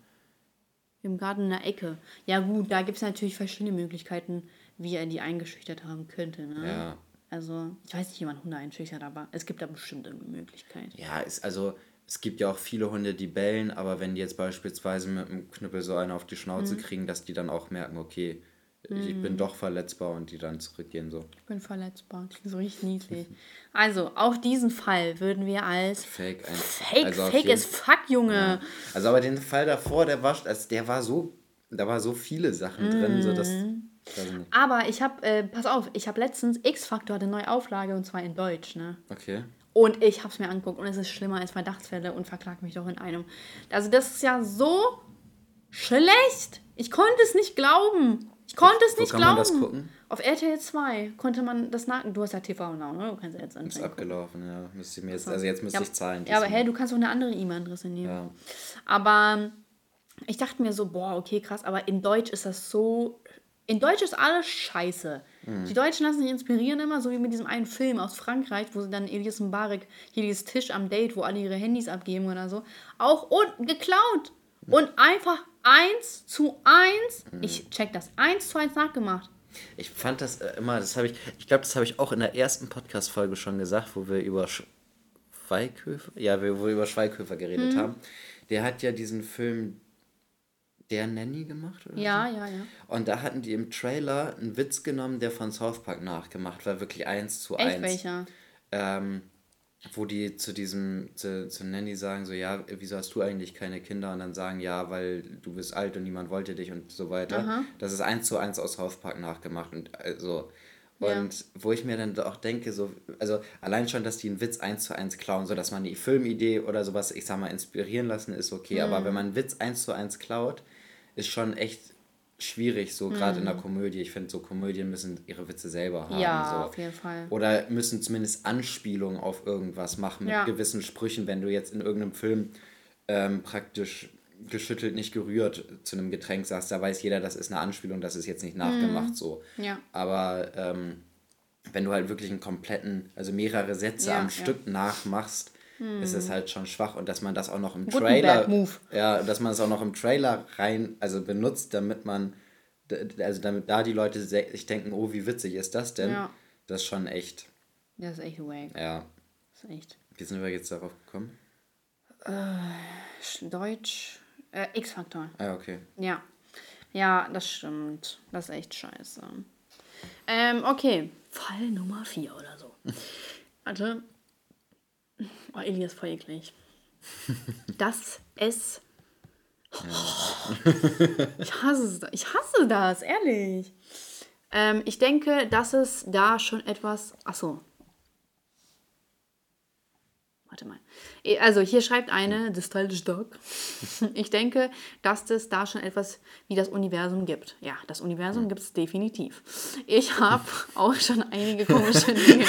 Im Garten in der Ecke. Ja gut, da gibt es natürlich verschiedene Möglichkeiten, wie er die eingeschüchtert haben könnte. Ne? Ja. Also, ich weiß nicht, wie man Hunde einschüchtert, aber es gibt da bestimmt eine Möglichkeit. Ja, ist, also es gibt ja auch viele Hunde, die bellen, aber wenn die jetzt beispielsweise mit einem Knüppel so einen auf die Schnauze kriegen, dass die dann auch merken, okay, ich bin doch verletzbar, und die dann zurückgehen so. Ich bin verletzbar. Klingt so richtig niedlich. Also, auch diesen Fall würden wir als Fake. Ein, Fake, also auf Fake jeden- as fuck, Junge. Ja. Also aber den Fall davor, der war, also der war so, da war so viele Sachen drin, so dass, ich weiß nicht. Aber ich habe, äh, pass auf, ich habe letztens X-Factor, eine neue Auflage, und zwar in Deutsch, ne? Okay. Und ich habe es mir angeguckt und es ist schlimmer als Verdachtsfälle und verklagt mich doch in einem. Also das ist ja so schlecht. Ich konnte es nicht glauben. Ich konnte es Wo nicht kann glauben. man das gucken? Auf R T L zwei konnte man das nach. Du hast ja T V Now, ne? Du kannst ja jetzt Ist anfangen. abgelaufen, ja. Müsste ich mir jetzt, also jetzt müsste Ja, ich zahlen. ja, aber diesmal. hey, du kannst auch eine andere E-Mail-Adresse nehmen. Ja. Aber ich dachte mir so, boah, okay, krass, aber in Deutsch ist das so. In Deutsch ist alles scheiße. Mhm. Die Deutschen lassen sich inspirieren immer, so wie mit diesem einen Film aus Frankreich, wo sie dann Elias Mbarek, hier dieses Tisch am Date, wo alle ihre Handys abgeben oder so, auch und geklaut. Und einfach eins zu eins, Mhm. ich check das, eins zu eins nachgemacht. Ich fand das äh, immer, das habe ich, ich glaube, das habe ich auch in der ersten Podcast-Folge schon gesagt, wo wir über Schweighöfer, ja, wir, wo wir über Schweighöfer geredet haben. Der hat ja diesen Film Der Nanny gemacht, oder? Ja, ja, ja. Und da hatten die im Trailer einen Witz genommen, der von South Park nachgemacht war, wirklich eins zu Echt eins. welcher? Ähm, wo die zu diesem, zu, zu Nanny sagen, so, ja, wieso hast du eigentlich keine Kinder? Und dann sagen, ja, weil du bist alt und niemand wollte dich und so weiter. Aha. Das ist eins zu eins aus South Park nachgemacht. Und also, Ja. und wo ich mir dann auch denke, so, also allein schon, dass die einen Witz eins zu eins klauen, so dass man die Filmidee oder sowas, ich sag mal, inspirieren lassen, ist okay. Mhm. Aber wenn man einen Witz eins zu eins klaut, ist schon echt schwierig, so gerade in der Komödie. Ich finde, so Komödien müssen ihre Witze selber haben. Ja, so. auf jeden Fall. Oder müssen zumindest Anspielungen auf irgendwas machen mit Ja. gewissen Sprüchen, wenn du jetzt in irgendeinem Film ähm, praktisch geschüttelt, nicht gerührt zu einem Getränk sagst, da weiß jeder, das ist eine Anspielung, das ist jetzt nicht nachgemacht so. Ja. Aber ähm, wenn du halt wirklich einen kompletten, also mehrere Sätze Ja, am ja. Stück nachmachst, ist es halt schon schwach. Und dass man das auch noch im Gutenberg Trailer, Move. ja, dass man es auch noch im Trailer rein, also benutzt, damit man, d- also damit da die Leute se- sich denken, oh, wie witzig ist das denn? Ja. Das ist schon echt, Das ist echt wack. ja. Das ist echt. Wie sind wir jetzt darauf gekommen? Sch- Deutsch. Äh, X-Faktor. Ah, okay. Ja. Ja, das stimmt. Das ist echt scheiße. Ähm, okay. Fall Nummer vier oder so. Warte. Oh, Elias, voll eklig. Das es. Ich hasse es. Ich hasse das, ehrlich. Ähm, ich denke, dass es da schon etwas. Achso. Warte mal. Eh, Also hier schreibt eine, das Teil ist stark. Ich denke, dass es da schon etwas wie das Universum gibt. Ja, das Universum gibt es definitiv. Ich habe auch schon einige komische Dinge.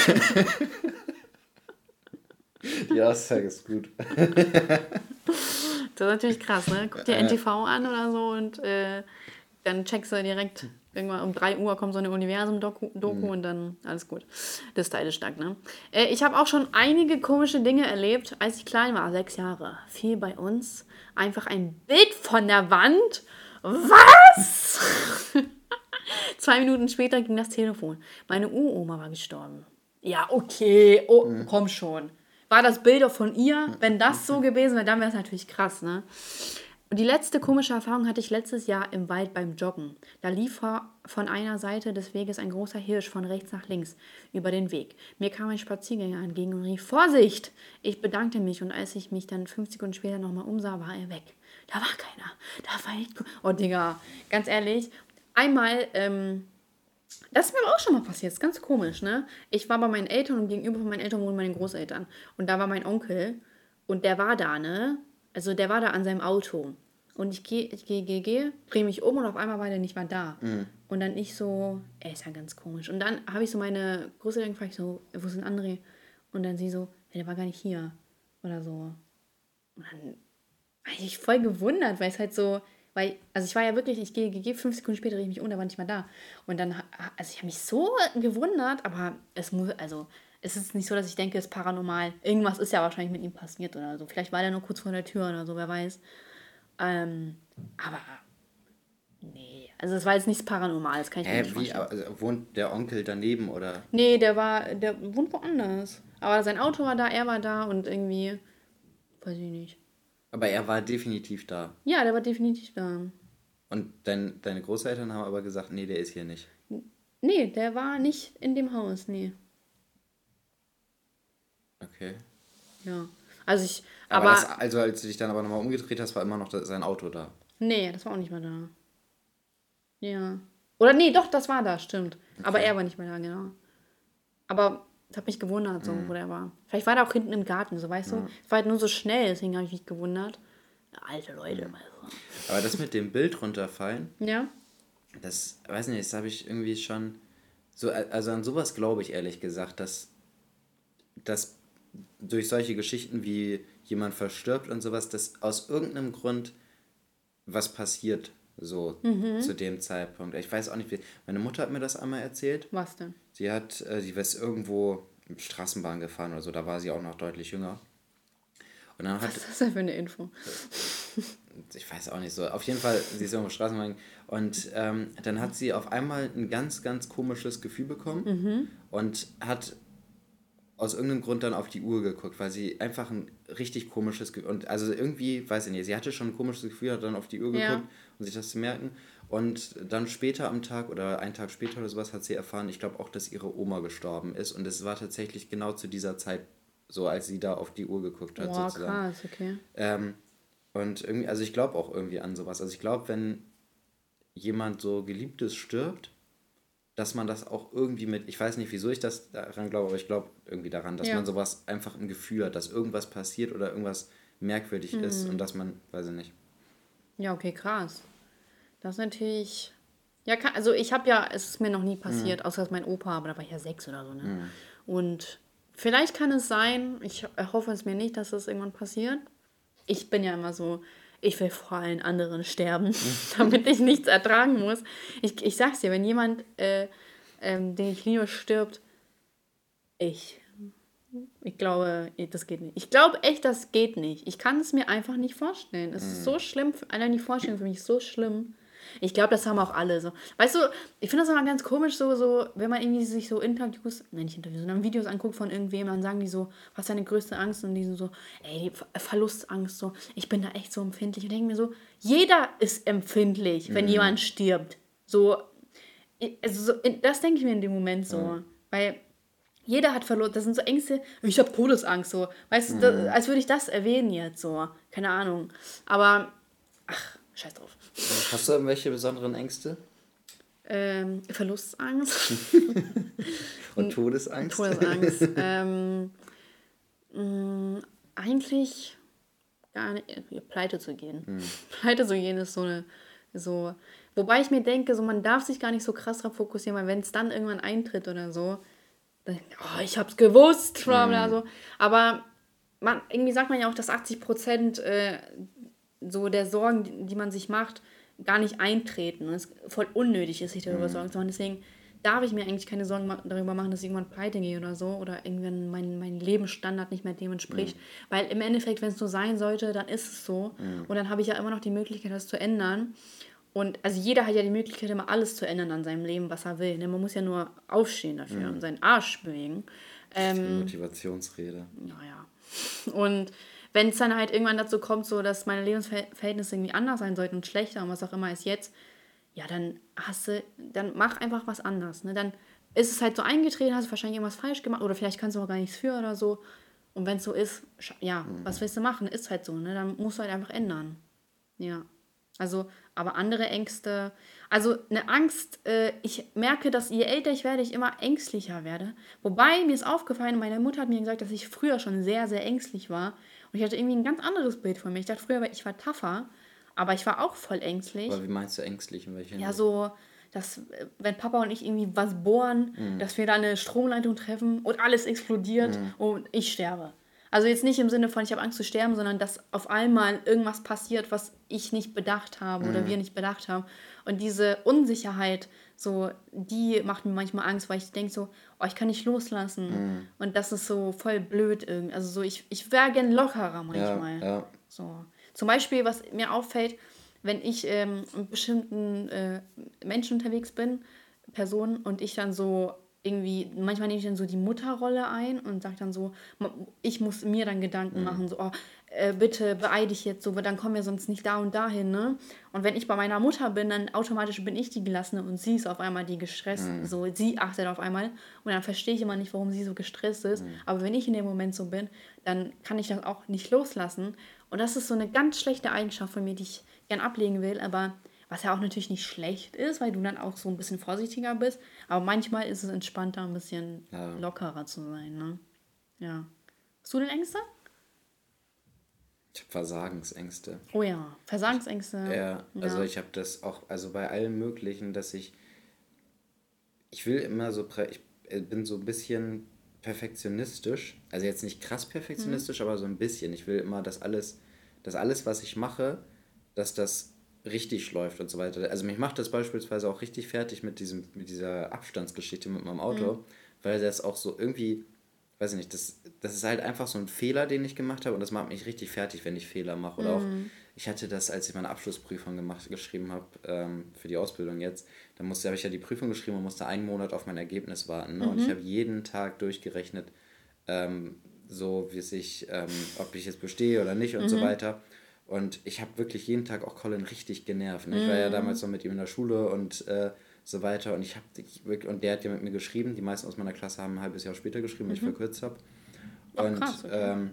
Ja, sag ist gut. Das ist natürlich krass, ne? Guck dir N T V an oder so und äh, dann checkst du direkt, irgendwann um drei Uhr kommt so eine Universum-Doku Doku und dann alles gut. Das Teil ist stark, ne? Äh, ich habe auch schon einige komische Dinge erlebt, als ich klein war, sechs Jahre. Fiel bei uns einfach ein Bild von der Wand. Was? Zwei Minuten später ging das Telefon. Meine Uroma war gestorben. Ja, okay, oh, komm schon. War das Bild von ihr? Wenn das so gewesen wäre, dann wäre es natürlich krass, ne? Und die letzte komische Erfahrung hatte ich letztes Jahr im Wald beim Joggen. Da lief vor- von einer Seite des Weges ein großer Hirsch von rechts nach links über den Weg. Mir kam ein Spaziergänger entgegen und rief, Vorsicht! Ich bedankte mich und als ich mich dann fünf Sekunden später nochmal umsah, war er weg. Da war keiner. Da war ich... Oh, Digga, ganz ehrlich, einmal... Ähm, Das ist mir aber auch schon mal passiert. Das ist ganz komisch, ne? Ich war bei meinen Eltern und gegenüber von meinen Eltern wohnen meine Großeltern. Und da war mein Onkel und der war da, ne? Also der war da an seinem Auto. Und ich gehe, ich gehe, gehe, gehe, drehe mich um und auf einmal war der nicht mehr da. Und dann ich so, ey, ist ja ganz komisch. Und dann habe ich so meine Großeltern gefragt, ich so, wo sind André? Und dann sie so, ja, der war gar nicht hier. Oder so. Und dann war ich voll gewundert, weil es halt so, weil, also ich war ja wirklich, ich gehe, gehe fünf Sekunden später drehe ich mich um, der war nicht mehr da. Und dann, ha- also ich habe mich so gewundert, aber es muss, also es ist nicht so, dass ich denke, es ist paranormal. Irgendwas ist ja wahrscheinlich mit ihm passiert oder so. Vielleicht war der nur kurz vor der Tür oder so, wer weiß. Ähm, aber nee, also es war jetzt nichts Paranormales, kann ich mir Hä, nicht wie? vorstellen. Also, wohnt der Onkel daneben oder? Nee, der war, der wohnt woanders. Aber sein Auto war da, er war da und irgendwie, weiß ich nicht. Aber er war definitiv da. Ja, der war definitiv da. Und dein, deine Großeltern haben aber gesagt, nee, der ist hier nicht. Nee, der war nicht in dem Haus, nee. Okay. Ja. Also ich, Aber, aber, das, also als du dich dann aber nochmal umgedreht hast, war immer noch das, sein Auto da. nee, das war auch nicht mehr da. Ja. Oder nee, doch, das war da, stimmt. Aber er war nicht mehr da, genau. Aber es hat mich gewundert, so, wo der war. Vielleicht war der auch hinten im Garten, so, weißt du? Es war halt nur so schnell, deswegen habe ich mich gewundert. Ja, alte Leute, also. Aber das mit dem Bild runterfallen, Ja? das, weiß nicht, das habe ich irgendwie schon, so, also an sowas glaube ich ehrlich gesagt, dass, dass durch solche Geschichten wie jemand verstirbt und sowas, dass aus irgendeinem Grund was passiert, so zu dem Zeitpunkt. Ich weiß auch nicht, wie, meine Mutter hat mir das einmal erzählt. Was denn? Sie hat, äh, die ist irgendwo mit Straßenbahn gefahren oder so, da war sie auch noch deutlich jünger. Und dann hat, Was ist das denn für eine Info? ich weiß auch nicht so, auf jeden Fall, sie ist irgendwo Straßenbahn und ähm, dann hat sie auf einmal ein ganz, ganz komisches Gefühl bekommen und hat aus irgendeinem Grund dann auf die Uhr geguckt, weil sie einfach ein richtig komisches Gefühl, und also irgendwie, weiß ich nicht, sie hatte schon ein komisches Gefühl, hat dann auf die Uhr geguckt, Ja. um sich das zu merken. Und dann später am Tag oder einen Tag später oder sowas hat sie erfahren, ich glaube auch, dass ihre Oma gestorben ist. Und es war tatsächlich genau zu dieser Zeit so, als sie da auf die Uhr geguckt hat, Boah, sozusagen. krass, okay. Ähm, und irgendwie, also ich glaube auch irgendwie an sowas. Also ich glaube, wenn jemand so Geliebtes stirbt, dass man das auch irgendwie mit, ich weiß nicht, wieso ich das daran glaube, aber ich glaube irgendwie daran, dass Ja. man sowas einfach im Gefühl hat, dass irgendwas passiert oder irgendwas merkwürdig ist und dass man, weiß ich nicht. Ja, okay, krass. Das ist natürlich. Ja, kann, also ich habe ja, es ist mir noch nie passiert, außer dass mein Opa, aber da war ich ja sechs oder so, ne? Und vielleicht kann es sein, ich hoffe es mir nicht, dass das irgendwann passiert. ich bin ja immer so, ich will vor allen anderen sterben, damit ich nichts ertragen muss. Ich, ich sag's dir, wenn jemand, äh, ähm, den ich liebe, stirbt, ich. Ich glaube, das geht nicht. Ich glaube echt, das geht nicht. Ich kann es mir einfach nicht vorstellen. Es ist so schlimm. Allein die Vorstellung für mich ist so schlimm. Ich glaube, das haben auch alle so. Weißt du, ich finde das immer ganz komisch, so, so, wenn man irgendwie sich so Interviews, nein, nicht Interviews, sondern Videos anguckt von irgendwem, dann sagen die so, was ist deine größte Angst? Und die sind so, ey, die Ver- Verlustangst, so, ich bin da echt so empfindlich. Und denke mir so, jeder ist empfindlich, wenn jemand stirbt. So, ich- also so, das denke ich mir in dem Moment so. Weil jeder hat verloren, das sind so Ängste, ich habe Todesangst, so. Weißt du, das, als würde ich das erwähnen jetzt, so. Keine Ahnung. Aber, ach, scheiß drauf. Hast du irgendwelche besonderen Ängste? Ähm, Verlustangst. Und Todesangst? Todesangst. ähm, mh, eigentlich gar nicht, äh, pleite zu gehen. Pleite zu gehen ist so eine, so, wobei ich mir denke, so man darf sich gar nicht so krass darauf fokussieren, weil wenn es dann irgendwann eintritt oder so, dann, oh, ich hab's gewusst, bla bla so. Aber man, irgendwie sagt man ja auch, dass achtzig Prozent äh, so der Sorgen, die, die man sich macht, gar nicht eintreten. Und es voll unnötig ist, sich darüber Sorgen zu machen. Deswegen darf ich mir eigentlich keine Sorgen ma- darüber machen, dass ich irgendwann pleite gehe oder so. Oder irgendwann mein, mein Lebensstandard nicht mehr dem entspricht. Weil im Endeffekt, wenn es so sein sollte, dann ist es so. Und dann habe ich ja immer noch die Möglichkeit, das zu ändern. Und also jeder hat ja die Möglichkeit, immer alles zu ändern an seinem Leben, was er will. Ne? Man muss ja nur aufstehen dafür und seinen Arsch bewegen. Die Motivationsrede. Naja. Und wenn es dann halt irgendwann dazu kommt, so dass meine Lebensverhältnisse irgendwie anders sein sollten und schlechter und was auch immer ist jetzt, ja, dann hast du, dann mach einfach was anders. Ne? Dann ist es halt so eingetreten, hast du wahrscheinlich irgendwas falsch gemacht oder vielleicht kannst du auch gar nichts für oder so. Und wenn es so ist, sch- ja, was willst du machen? Ist halt so, ne? Dann musst du halt einfach ändern. Ja. Also, aber andere Ängste, also eine Angst, äh, ich merke, dass je älter ich werde, ich immer ängstlicher werde. Wobei mir ist aufgefallen, meine Mutter hat mir gesagt, dass ich früher schon sehr, sehr ängstlich war. Und ich hatte irgendwie ein ganz anderes Bild von mir. Ich dachte früher, ich war tougher, aber ich war auch voll ängstlich. Aber wie meinst du ängstlich? In welcher Ja, Hinsicht? so, dass, äh, wenn Papa und ich irgendwie was bohren, dass wir da eine Stromleitung treffen und alles explodiert und ich sterbe. Also jetzt nicht im Sinne von, ich habe Angst zu sterben, sondern dass auf einmal irgendwas passiert, was ich nicht bedacht habe oder wir nicht bedacht haben. Und diese Unsicherheit, so, die macht mir manchmal Angst, weil ich denke so, oh, ich kann nicht loslassen. Und das ist so voll blöd irgendwie. Also so, ich, ich wäre gern lockerer manchmal. Ja, ja. So. Zum Beispiel, was mir auffällt, wenn ich ähm, mit bestimmten äh, Menschen unterwegs bin, Personen, und ich dann so irgendwie, manchmal nehme ich dann so die Mutterrolle ein und sage dann so, ma- ich muss mir dann Gedanken machen, so, oh, äh, bitte beeil dich jetzt so, weil dann kommen wir sonst nicht da und dahin, ne? Und wenn ich bei meiner Mutter bin, dann automatisch bin ich die Gelassene und sie ist auf einmal die gestresst, so, sie achtet auf einmal und dann verstehe ich immer nicht, warum sie so gestresst ist. Aber wenn ich in dem Moment so bin, dann kann ich das auch nicht loslassen. Und das ist so eine ganz schlechte Eigenschaft von mir, die ich gern ablegen will, aber was ja auch natürlich nicht schlecht ist, weil du dann auch so ein bisschen vorsichtiger bist. Aber manchmal ist es entspannter, ein bisschen Ja. lockerer zu sein, ne? Ja. Hast du denn Ängste? Ich habe Versagensängste. Oh ja, Versagensängste. Ja, also ich habe das auch, also bei allem Möglichen, dass ich, ich will immer so, prä- ich äh, bin so ein bisschen perfektionistisch, also jetzt nicht krass perfektionistisch, aber so ein bisschen. Ich will immer, dass alles, dass alles, was ich mache, dass das richtig läuft und so weiter. Also mich macht das beispielsweise auch richtig fertig mit diesem, mit dieser Abstandsgeschichte mit meinem Auto, weil das auch so irgendwie, weiß ich nicht, das, das ist halt einfach so ein Fehler, den ich gemacht habe und das macht mich richtig fertig, wenn ich Fehler mache. Oder auch, ich hatte das, als ich meine Abschlussprüfung gemacht, geschrieben habe, ähm, für die Ausbildung jetzt, da musste, habe ich ja die Prüfung geschrieben und musste einen Monat auf mein Ergebnis warten. Ne? Und ich habe jeden Tag durchgerechnet, ähm, so wie sich, ähm, ob ich jetzt bestehe oder nicht und so weiter. Und ich habe wirklich jeden Tag auch Colin richtig genervt. Ne? Ich war ja damals noch mit ihm in der Schule und äh, so weiter. Und ich habe und der hat ja mit mir geschrieben. Die meisten aus meiner Klasse haben ein halbes Jahr später geschrieben, weil ich verkürzt habe. Ach, Und krass, okay. ähm,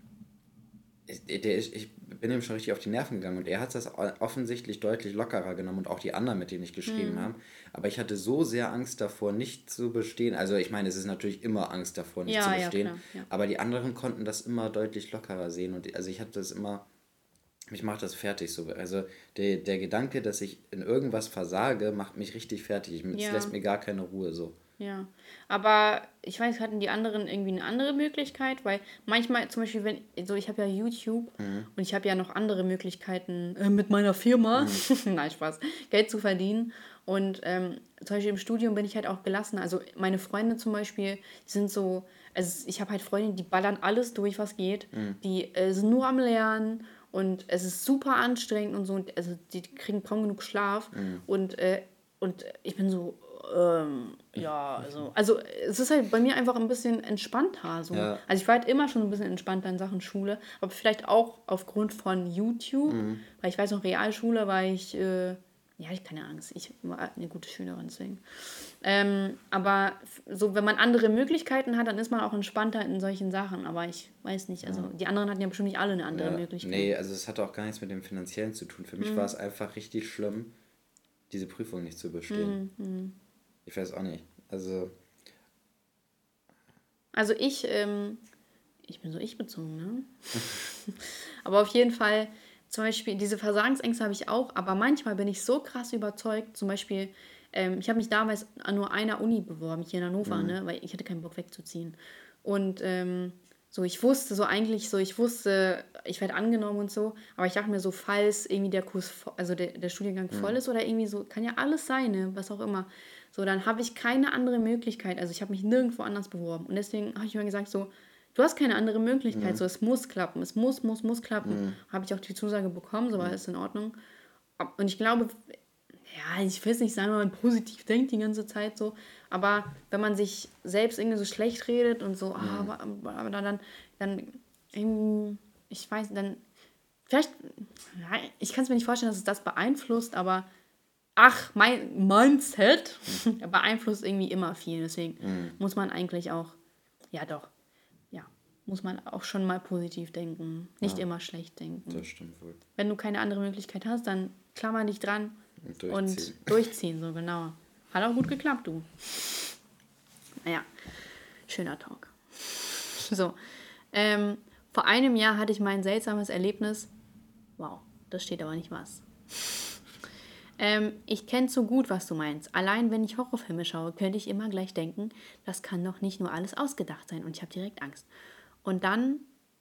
ich, der, ist- ich bin ihm schon richtig auf die Nerven gegangen und er hat das offensichtlich deutlich lockerer genommen und auch die anderen, mit denen ich geschrieben habe. Aber ich hatte so sehr Angst davor, nicht zu bestehen. Also ich meine, es ist natürlich immer Angst davor, nicht Ja, zu ja, bestehen. klar, ja. Aber die anderen konnten das immer deutlich lockerer sehen und also ich hatte das immer, mich macht das fertig so. Also der, der Gedanke, dass ich in irgendwas versage, macht mich richtig fertig. Es Ja. lässt mir gar keine Ruhe so. Ja, aber ich weiß, hatten die anderen irgendwie eine andere Möglichkeit? Weil manchmal, zum Beispiel, wenn, so ich habe ja YouTube Mhm. und ich habe ja noch andere Möglichkeiten äh, mit meiner Firma, Mhm. nein, Spaß, Geld zu verdienen. Und ähm, zum Beispiel im Studium bin ich halt auch gelassen. Also meine Freunde zum Beispiel, die sind so, also ich habe halt Freunde, die ballern alles durch, was geht. Mhm. Die äh, sind nur am Lernen und es ist super anstrengend und so. Und, also die kriegen kaum genug Schlaf. Mhm. Und, äh, und ich bin so, ähm, ja, also, also es ist halt bei mir einfach ein bisschen entspannter. So. Ja. Also ich war halt immer schon ein bisschen entspannter in Sachen Schule, aber vielleicht auch aufgrund von YouTube, Mhm. weil ich weiß noch, Realschule war ich, äh, ja, ich keine Angst, ich war eine gute Schülerin, deswegen. Ähm, aber f- so, wenn man andere Möglichkeiten hat, dann ist man auch entspannter in solchen Sachen, aber ich weiß nicht, also die anderen hatten ja bestimmt nicht alle eine andere Ja. Möglichkeit. Nee, also es hatte auch gar nichts mit dem Finanziellen zu tun. Für mich war es einfach richtig schlimm, diese Prüfung nicht zu bestehen. Mhm. Ich weiß auch nicht. Also, Also ich, ähm, ich bin so ich-bezogen, ne? Aber auf jeden Fall, zum Beispiel, diese Versagensängste habe ich auch, aber manchmal bin ich so krass überzeugt, zum Beispiel, ähm, ich habe mich damals an nur einer Uni beworben, hier in Hannover, Mhm. ne? Weil ich hatte keinen Bock wegzuziehen. Und ähm, so, ich wusste so eigentlich so, ich wusste, ich werde angenommen und so, aber ich dachte mir so, falls irgendwie der Kurs, vo- also der, der Studiengang voll ist oder irgendwie so, kann ja alles sein, ne? Was auch immer. So, dann habe ich keine andere Möglichkeit. Also ich habe mich nirgendwo anders beworben. Und deswegen habe ich mir gesagt, so, du hast keine andere Möglichkeit. So, es muss klappen. Es muss, muss, muss klappen. Habe ich auch die Zusage bekommen, so war alles in Ordnung. Und ich glaube, ja, ich will es nicht sagen, wenn man positiv denkt die ganze Zeit so, aber wenn man sich selbst irgendwie so schlecht redet und so, ah, aber, aber dann, dann, irgendwie, ich weiß, dann, vielleicht, ja, ich kann es mir nicht vorstellen, dass es das beeinflusst, aber ach, mein Mindset beeinflusst irgendwie immer viel. Deswegen Mhm. muss man eigentlich auch, ja doch, ja, muss man auch schon mal positiv denken, nicht Ja. immer schlecht denken. das stimmt wohl. Wenn du keine andere Möglichkeit hast, dann klammer dich dran Und und durchziehen. durchziehen, so genau. Hat auch gut geklappt, du. Naja, schöner Talk. So, ähm, vor einem Jahr hatte ich mein seltsames Erlebnis. Wow, das steht aber nicht was. Ähm, ich kenne so gut, was du meinst. Allein wenn ich Horrorfilme schaue, könnte ich immer gleich denken, das kann doch nicht nur alles ausgedacht sein und ich habe direkt Angst. Und dann,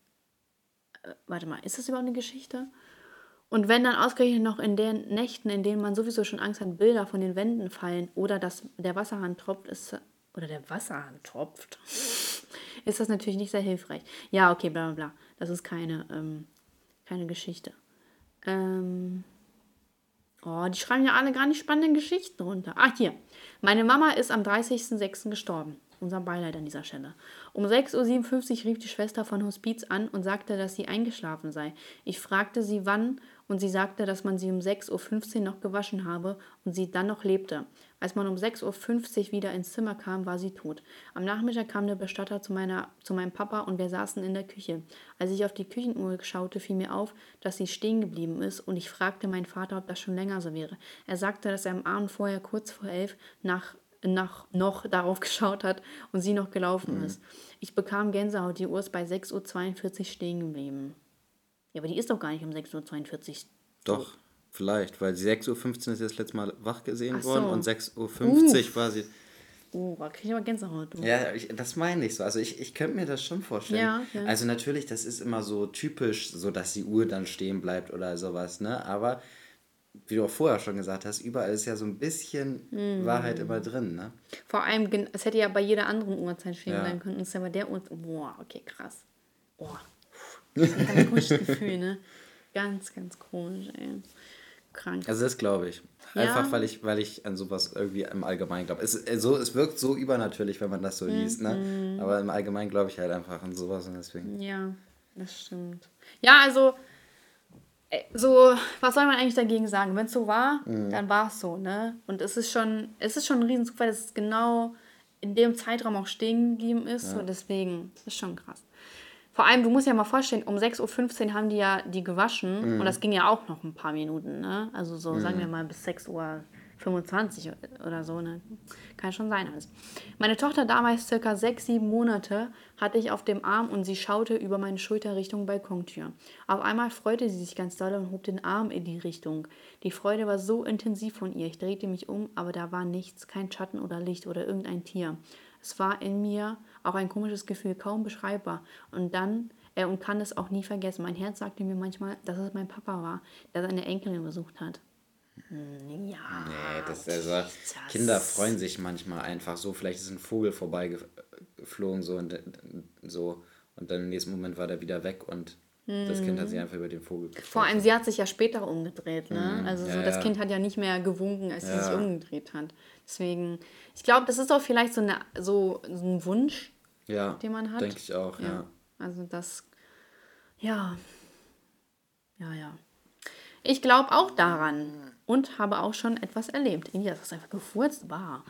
äh, warte mal, ist das überhaupt eine Geschichte? Und wenn dann ausgerechnet noch in den Nächten, in denen man sowieso schon Angst hat, Bilder von den Wänden fallen oder dass der Wasserhahn tropft, ist, oder der Wasserhahn tropft, ist das natürlich nicht sehr hilfreich. Ja, okay, bla bla bla. Das ist keine, ähm, keine Geschichte. Ähm, oh, die schreiben ja alle gar nicht spannende Geschichten runter. Ach, hier. Meine Mama ist am dreißigsten sechsten gestorben. Unser Beileid an dieser Stelle. Um sechs Uhr siebenundfünfzig rief die Schwester von Hospiz an und sagte, dass sie eingeschlafen sei. Ich fragte sie, wann, und sie sagte, dass man sie um sechs Uhr fünfzehn noch gewaschen habe und sie dann noch lebte. Als man um sechs Uhr fünfzig wieder ins Zimmer kam, war sie tot. Am Nachmittag kam der Bestatter zu, meiner, zu meinem Papa und wir saßen in der Küche. Als ich auf die Küchenuhr schaute, fiel mir auf, dass sie stehen geblieben ist und ich fragte meinen Vater, ob das schon länger so wäre. Er sagte, dass er am Abend vorher kurz vor elf nach nach, noch darauf geschaut hat und sie noch gelaufen Mhm. ist. Ich bekam Gänsehaut, die Uhr ist bei sechs Uhr zweiundvierzig stehen geblieben. Ja, aber die ist doch gar nicht um sechs Uhr zweiundvierzig tot. Doch, vielleicht, weil sechs Uhr fünfzehn ist sie das letzte Mal wach gesehen Ach worden so. und sechs Uhr fünfzig war sie. Oh, da kriege ich aber Gänsehaut. Du. Ja, ich, das meine ich so. Also ich, ich könnte mir das schon vorstellen. Ja, ja. Also natürlich, das ist immer so typisch, so dass die Uhr dann stehen bleibt oder sowas, ne? Aber wie du auch vorher schon gesagt hast, überall ist ja so ein bisschen Wahrheit immer drin, ne? Vor allem, gen- es hätte ja bei jeder anderen Uhrzeit stehen Ja. bleiben können. Und es ist ja bei der Uhrzeit. Boah, okay, krass. Boah. Das ist ein ganz komisches Gefühl, ne? Ganz, ganz komisch, ey. Krank. Also das glaube ich. Ja. Einfach weil ich, weil ich an sowas irgendwie im Allgemeinen glaube. Es, äh, so, es wirkt so übernatürlich, wenn man das so liest, ne? Aber im Allgemeinen glaube ich halt einfach an sowas und deswegen. Ja, das stimmt. Ja, also, äh, so, was soll man eigentlich dagegen sagen? Wenn es so war, dann war es so, ne? Und es ist schon, es ist schon ein Riesenzufall, dass es genau in dem Zeitraum auch stehen geblieben ist. Und deswegen ist schon krass. Vor allem, du musst ja mal vorstellen, um sechs Uhr fünfzehn haben die ja die gewaschen. Und das ging ja auch noch ein paar Minuten, ne? Also so, sagen wir mal, bis sechs Uhr fünfundzwanzig oder so, ne? Kann schon sein alles. Meine Tochter damals circa sechs, sieben Monate hatte ich auf dem Arm und sie schaute über meine Schulter Richtung Balkontür. Auf einmal freute sie sich ganz doll und hob den Arm in die Richtung. Die Freude war so intensiv von ihr. Ich drehte mich um, aber da war nichts, kein Schatten oder Licht oder irgendein Tier. Es war in mir auch ein komisches Gefühl, kaum beschreibbar. Und dann, äh, und kann es auch nie vergessen, mein Herz sagte mir manchmal, dass es mein Papa war, der seine Enkelin besucht hat. Ja. Nee, das ist also, Kinder freuen sich manchmal einfach so. Vielleicht ist ein Vogel vorbeigeflogen so und, so, und dann im nächsten Moment war der wieder weg und mm. das Kind hat sich einfach über den Vogel gefreut. Vor allem, sie hat sich ja später umgedreht. Ne? Mm. Also so, ja, das ja. Kind hat ja nicht mehr gewunken, als ja. sie sich umgedreht hat. Deswegen, ich glaube, das ist auch vielleicht so, eine, so, so ein Wunsch, ja, den man hat. Denke ich auch, ja. ja. Also das, ja, ja, ja. Ich glaube auch daran und habe auch schon etwas erlebt. India, das ist einfach gefurzt, wahr.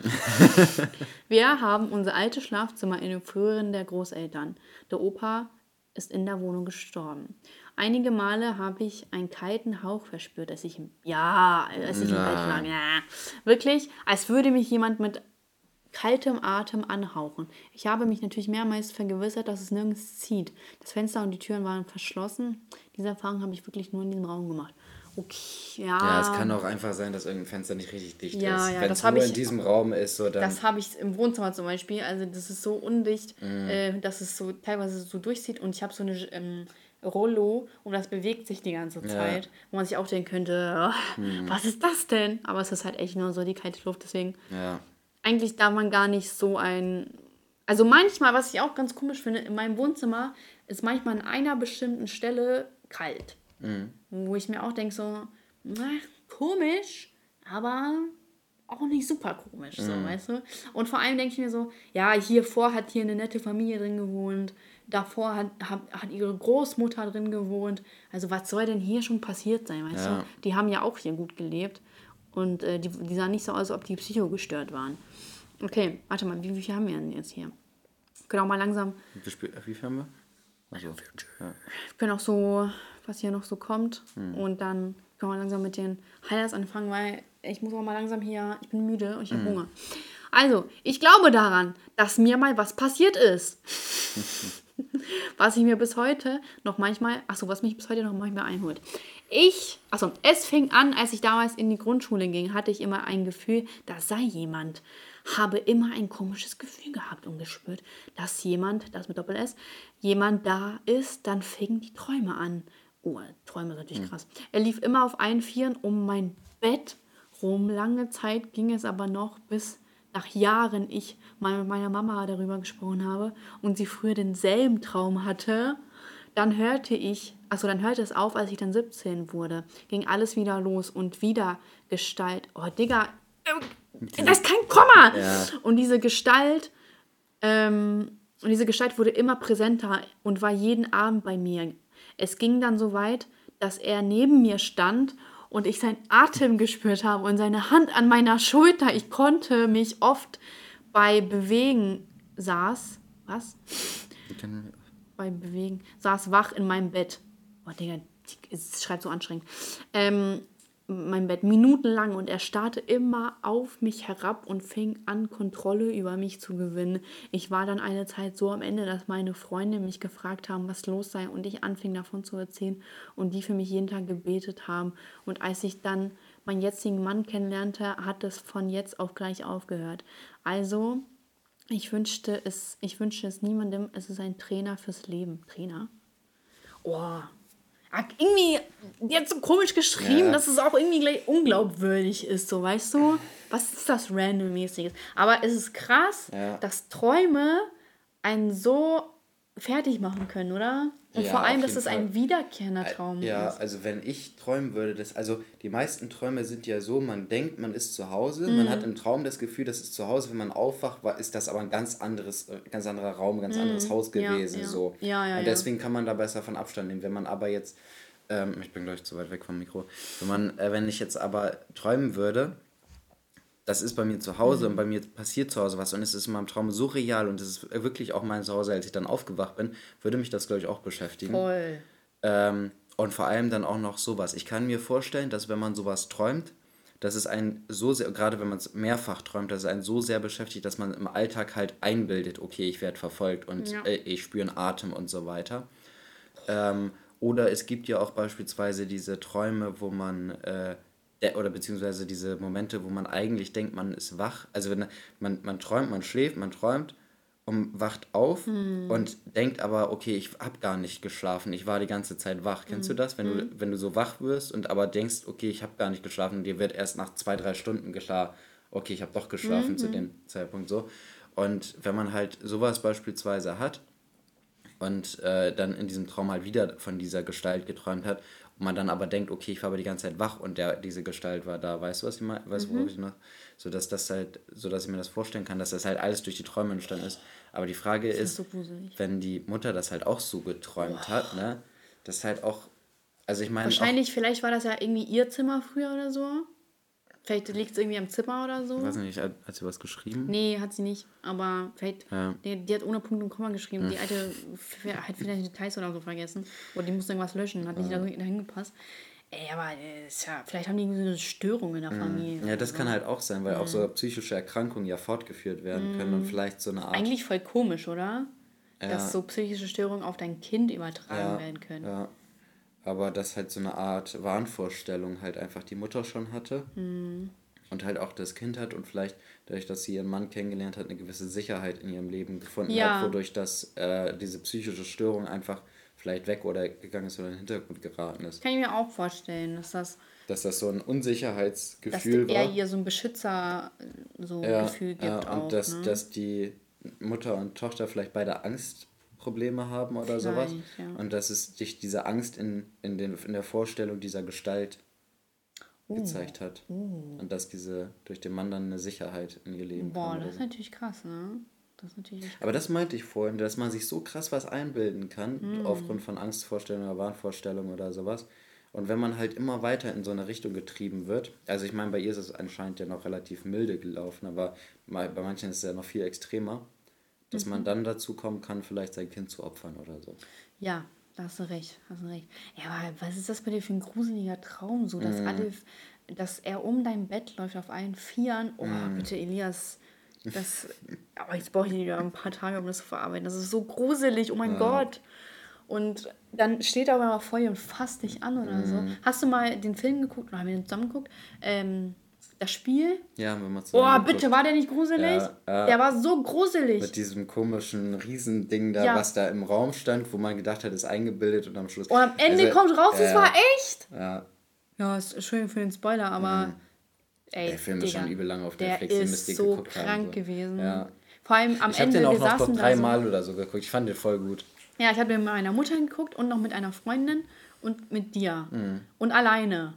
Wir haben unser altes Schlafzimmer in den Flüren der Großeltern. Der Opa ist in der Wohnung gestorben. Einige Male habe ich einen kalten Hauch verspürt, als ich im, ja, als ich im Bett lag. Ja. Wirklich, als würde mich jemand mit kaltem Atem anhauchen. Ich habe mich natürlich mehrmals vergewissert, dass es nirgends zieht. Das Fenster und die Türen waren verschlossen. Diese Erfahrung habe ich wirklich nur in diesem Raum gemacht. Okay, ja. Ja, es kann auch einfach sein, dass irgendein Fenster nicht richtig dicht ja, ist. Ja, wenn es nur ich, in diesem Raum ist, so dann... Das habe ich im Wohnzimmer zum Beispiel. Also das ist so undicht, mm. äh, dass es so teilweise so durchzieht. Und ich habe so eine ähm, Rollo und das bewegt sich die ganze Zeit. Ja. Wo man sich auch denken könnte, oh, mm. was ist das denn? Aber es ist halt echt nur so die kalte Luft. Deswegen, ja. eigentlich darf man gar nicht so ein... Also manchmal, was ich auch ganz komisch finde, in meinem Wohnzimmer ist manchmal an einer bestimmten Stelle kalt. Mhm. Wo ich mir auch denke so, na, komisch, aber auch nicht super komisch, so, mhm. weißt du? Und vor allem denke ich mir so, ja, hier vor hat hier eine nette Familie drin gewohnt, davor hat, hat, hat ihre Großmutter drin gewohnt. Also was soll denn hier schon passiert sein, weißt ja. du? Die haben ja auch hier gut gelebt und äh, die, die sahen nicht so aus, als ob die psychogestört waren. Okay, warte mal, wie, wie viel haben wir denn jetzt hier? Wir können auch mal langsam... Wie viel, wie viel haben wir? Also, ja. Wir können auch so, was hier noch so kommt. Hm. Und dann können wir langsam mit den Highlights anfangen, weil ich muss auch mal langsam hier, ich bin müde und ich habe hm. Hunger. Also, ich glaube daran, dass mir mal was passiert ist. Was ich mir bis heute noch manchmal, achso, was mich bis heute noch manchmal einholt. Ich, achso, es fing an, als ich damals in die Grundschule ging, hatte ich immer ein Gefühl, da sei jemand. Habe immer ein komisches Gefühl gehabt und gespürt, dass jemand, das mit Doppel-S, jemand da ist, dann fingen die Träume an. Oh, Träume sind natürlich krass. Er lief immer auf allen Vieren um mein Bett rum. Lange Zeit ging es aber noch, bis nach Jahren ich mal mit meiner Mama darüber gesprochen habe und sie früher denselben Traum hatte. Dann hörte ich, achso, dann hörte es auf, als ich dann siebzehn wurde. Ging alles wieder los und wieder Gestalt. Oh, Digga, das ist kein Komma! Ja. Und diese Gestalt, ähm, und diese Gestalt wurde immer präsenter und war jeden Abend bei mir. Es ging dann so weit, dass er neben mir stand und ich seinen Atem gespürt habe und seine Hand an meiner Schulter. Ich konnte mich oft bei Bewegen saß, was? Bei Bewegen, saß wach in meinem Bett. Oh, Digga, es schreit so anstrengend. Ähm, mein Bett minutenlang und er starrte immer auf mich herab und fing an, Kontrolle über mich zu gewinnen. Ich war dann eine Zeit so am Ende, dass meine Freunde mich gefragt haben, was los sei und ich anfing davon zu erzählen und die für mich jeden Tag gebetet haben. Und als ich dann meinen jetzigen Mann kennenlernte, hat es von jetzt auf gleich aufgehört. Also, ich wünschte es, ich wünsche es niemandem, es ist ein Trainer fürs Leben. Trainer? Oh, irgendwie jetzt so komisch geschrieben, ja. dass es auch irgendwie gleich unglaubwürdig ist, so, weißt du? Was ist das Randommäßiges? Aber es ist krass, ja. dass Träume einen so fertig machen können, oder? Und ja, vor allem, dass es Fall. ein wiederkehrender Traum ja, ist. Ja, also wenn ich träumen würde, das, also die meisten Träume sind ja so, man denkt, man ist zu Hause, mm. man hat im Traum das Gefühl, das ist zu Hause, wenn man aufwacht, war, ist das aber ein ganz anderes, ganz anderer Raum, ein ganz mm. anderes Haus gewesen. Ja, ja. So. Ja, ja, und deswegen ja. kann man da besser von Abstand nehmen. Wenn man aber jetzt, ähm, ich bin gleich zu weit weg vom Mikro, wenn man, äh, wenn ich jetzt aber träumen würde, das ist bei mir zu Hause mhm. und bei mir passiert zu Hause was und es ist in meinem Traum so real und es ist wirklich auch mein Zuhause, als ich dann aufgewacht bin, würde mich das, glaube ich, auch beschäftigen. Voll. Ähm, und vor allem dann auch noch sowas. Ich kann mir vorstellen, dass wenn man sowas träumt, dass es einen so sehr, gerade wenn man es mehrfach träumt, dass es einen so sehr beschäftigt, dass man im Alltag halt einbildet, okay, ich werde verfolgt und Ja. äh, ich spüre einen Atem und so weiter. Ähm, oder es gibt ja auch beispielsweise diese Träume, wo man, äh, der, oder beziehungsweise diese Momente, wo man eigentlich denkt, man ist wach. Also wenn man, man träumt, man schläft, man träumt und wacht auf und denkt aber, okay, ich habe gar nicht geschlafen, ich war die ganze Zeit wach. Kennst du das? Wenn du, wenn du so wach wirst und aber denkst, okay, ich habe gar nicht geschlafen und dir wird erst nach zwei, drei Stunden klar, okay, ich habe doch geschlafen zu dem Zeitpunkt so. Und wenn man halt sowas beispielsweise hat, und äh, dann in diesem Traum halt wieder von dieser Gestalt geträumt hat und man dann aber denkt, okay, ich war aber die ganze Zeit wach und der, diese Gestalt war da, weißt du, was ich meine? Weißt du, worauf ich noch? So dass das halt, so dass ich mir das vorstellen kann, dass das halt alles durch die Träume entstanden ist. Aber die Frage Das ist ist, so gruselig. wenn die Mutter das halt auch so geträumt hat, ne, das ist halt auch, also ich meine auch, Wahrscheinlich, vielleicht war das ja irgendwie ihr Zimmer früher oder so. Vielleicht liegt es irgendwie am Zimmer oder so. ich weiß nicht, hat hat sie was geschrieben? Nee, hat sie nicht. Aber vielleicht, Ja. die, die hat ohne Punkt und Komma geschrieben. Die alte f- hat vielleicht Details oder so vergessen. Oder die musste irgendwas löschen, hat nicht da dahin gepasst. Ey, aber äh, ist ja, vielleicht haben die irgendwie so eine Störung in der Familie. Ja, oder das so. kann halt auch sein, weil auch so psychische Erkrankungen ja fortgeführt werden können und vielleicht so eine Art. Eigentlich voll komisch, oder? Ja. Dass so psychische Störungen auf dein Kind übertragen Ja, werden können. ja. Aber dass halt so eine Art Wahnvorstellung halt einfach die Mutter schon hatte und halt auch das Kind hat und vielleicht dadurch, dass sie ihren Mann kennengelernt hat, eine gewisse Sicherheit in ihrem Leben gefunden Ja. hat, wodurch das, äh, diese psychische Störung einfach vielleicht weg oder gegangen ist oder in den Hintergrund geraten ist. Kann ich mir auch vorstellen, dass das, Dass das so ein dass Unsicherheitsgefühl er war. ihr so ein Beschützer so Ja, Gefühl gibt ja, und auch. dass, ne? dass die Mutter und Tochter vielleicht beide Angstprobleme haben oder sowas. Vielleicht, ja. Und dass es dich diese Angst in, in, den, in der Vorstellung dieser Gestalt Oh. gezeigt hat. Und dass diese durch den Mann dann eine Sicherheit in ihr Leben Boah, kam. oder das ist so. natürlich krass, ne? Das ist natürlich echt Aber das meinte ich vorhin, dass man sich so krass was einbilden kann, Hm. aufgrund von Angstvorstellungen oder Wahnvorstellungen oder sowas. Und wenn man halt immer weiter in so eine Richtung getrieben wird, also ich meine, bei ihr ist es anscheinend ja noch relativ milde gelaufen, aber bei manchen ist es ja noch viel extremer, dass Mhm. man dann dazu kommen kann, vielleicht sein Kind zu opfern oder so. Ja, da hast du recht, hast du recht. Ja, aber was ist das bei dir für ein gruseliger Traum, so dass alle, dass er um dein Bett läuft auf allen Vieren? Oh, bitte, Elias, das, aber jetzt brauche ich wieder ein paar Tage, um das zu verarbeiten. Das ist so gruselig, oh mein Gott. Und dann steht er aber mal vor dir und fasst dich an oder so. Hast du mal den Film geguckt, oder haben wir den zusammen geguckt? Ähm, das Spiel? Ja, wenn man Oh, bitte, war der nicht gruselig? Ja, ja. Der war so gruselig. Mit diesem komischen Riesending da, Ja. was da im Raum stand, wo man gedacht hat, ist eingebildet und am Schluss. Und am Ende Also, kommt raus, das ja, war echt. Ja, Ja, ist, Entschuldigung für den Spoiler, aber ey, der Film ist Digga, schon übel lang auf der Netflix, den ist müsst ihr so geguckt haben, krank so. gewesen. Ja. Vor allem am Ich habe Ende, den auch wir noch, noch saßen da so. dreimal oder so geguckt. Ich fand den voll gut. Ja, ich habe den mit meiner Mutter geguckt und noch mit einer Freundin und mit dir. Mhm. Und alleine.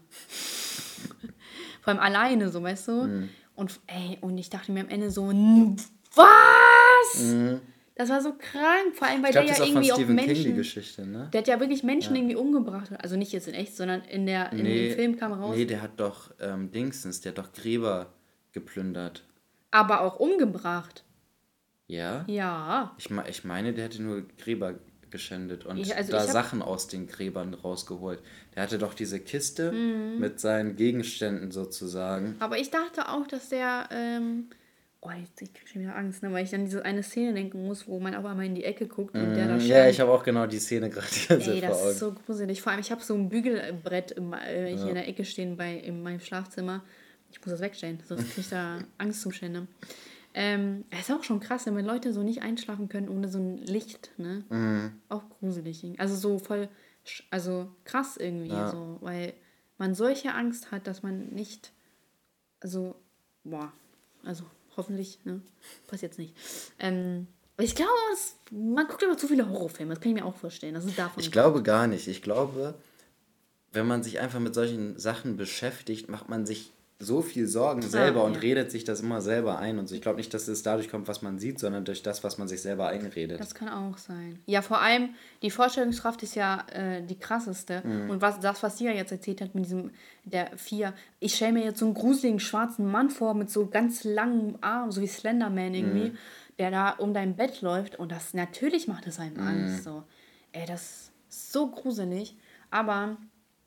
Vor allem alleine, so, weißt du? Mhm. Und ey, und ich dachte mir am Ende so, "N- was? Das war so krank, vor allem, weil Ich glaube, der das ja ist auch von irgendwie auch Stephen King die Menschen... Geschichte, ne? Der hat ja wirklich Menschen irgendwie umgebracht. Also nicht jetzt in echt, sondern in, der, in dem Film kam raus. Nee, der hat doch ähm, Dingsens, der hat doch Gräber geplündert. Aber auch umgebracht. Ja? Ja. Ich, me- ich meine, der hätte nur Gräber geschändet und Ich- also da ich hab- Sachen aus den Gräbern rausgeholt. Der hatte doch diese Kiste Mhm. mit seinen Gegenständen sozusagen. Aber ich dachte auch, dass der... Ähm, oh, jetzt, ich krieg schon wieder Angst, ne? Weil ich an diese eine Szene denken muss, wo mein Opa mal in die Ecke guckt und der da Mhm. stand. Ja, ich habe auch genau die Szene gerade die ganze Ey, Zeit vor das Augen. ist so gruselig. Vor allem, ich habe so ein Bügelbrett im, äh, hier in der Ecke stehen bei, in meinem Schlafzimmer. Ich muss das wegstellen, sonst kriege ich da Angstzustände. Ähm, es ist auch schon krass, wenn Leute so nicht einschlafen können ohne so ein Licht, ne? Mhm. Auch gruselig. Also so voll, sch- also krass irgendwie, Ja. so, weil man solche Angst hat, dass man nicht, also, boah, also hoffentlich, ne? Passiert jetzt nicht. Ähm, ich glaube, es, man guckt immer zu viele Horrorfilme, das kann ich mir auch vorstellen. Das ist davon. Ich glaube gar nicht. Ich glaube, wenn man sich einfach mit solchen Sachen beschäftigt, macht man sich so viel Sorgen selber und ja. redet sich das immer selber ein. Und so. Ich glaube nicht, dass es dadurch kommt, was man sieht, sondern durch das, was man sich selber einredet. Das kann auch sein. Ja, vor allem, die Vorstellungskraft ist ja äh, die krasseste. Mhm. Und was das, was sie ja jetzt erzählt hat mit diesem, der vier, ich stelle mir jetzt so einen gruseligen schwarzen Mann vor mit so ganz langen Armen, so wie Slenderman irgendwie, Mhm. der da um dein Bett läuft und das, natürlich macht es einem Mhm. Angst. So. Ey, das ist so gruselig. Aber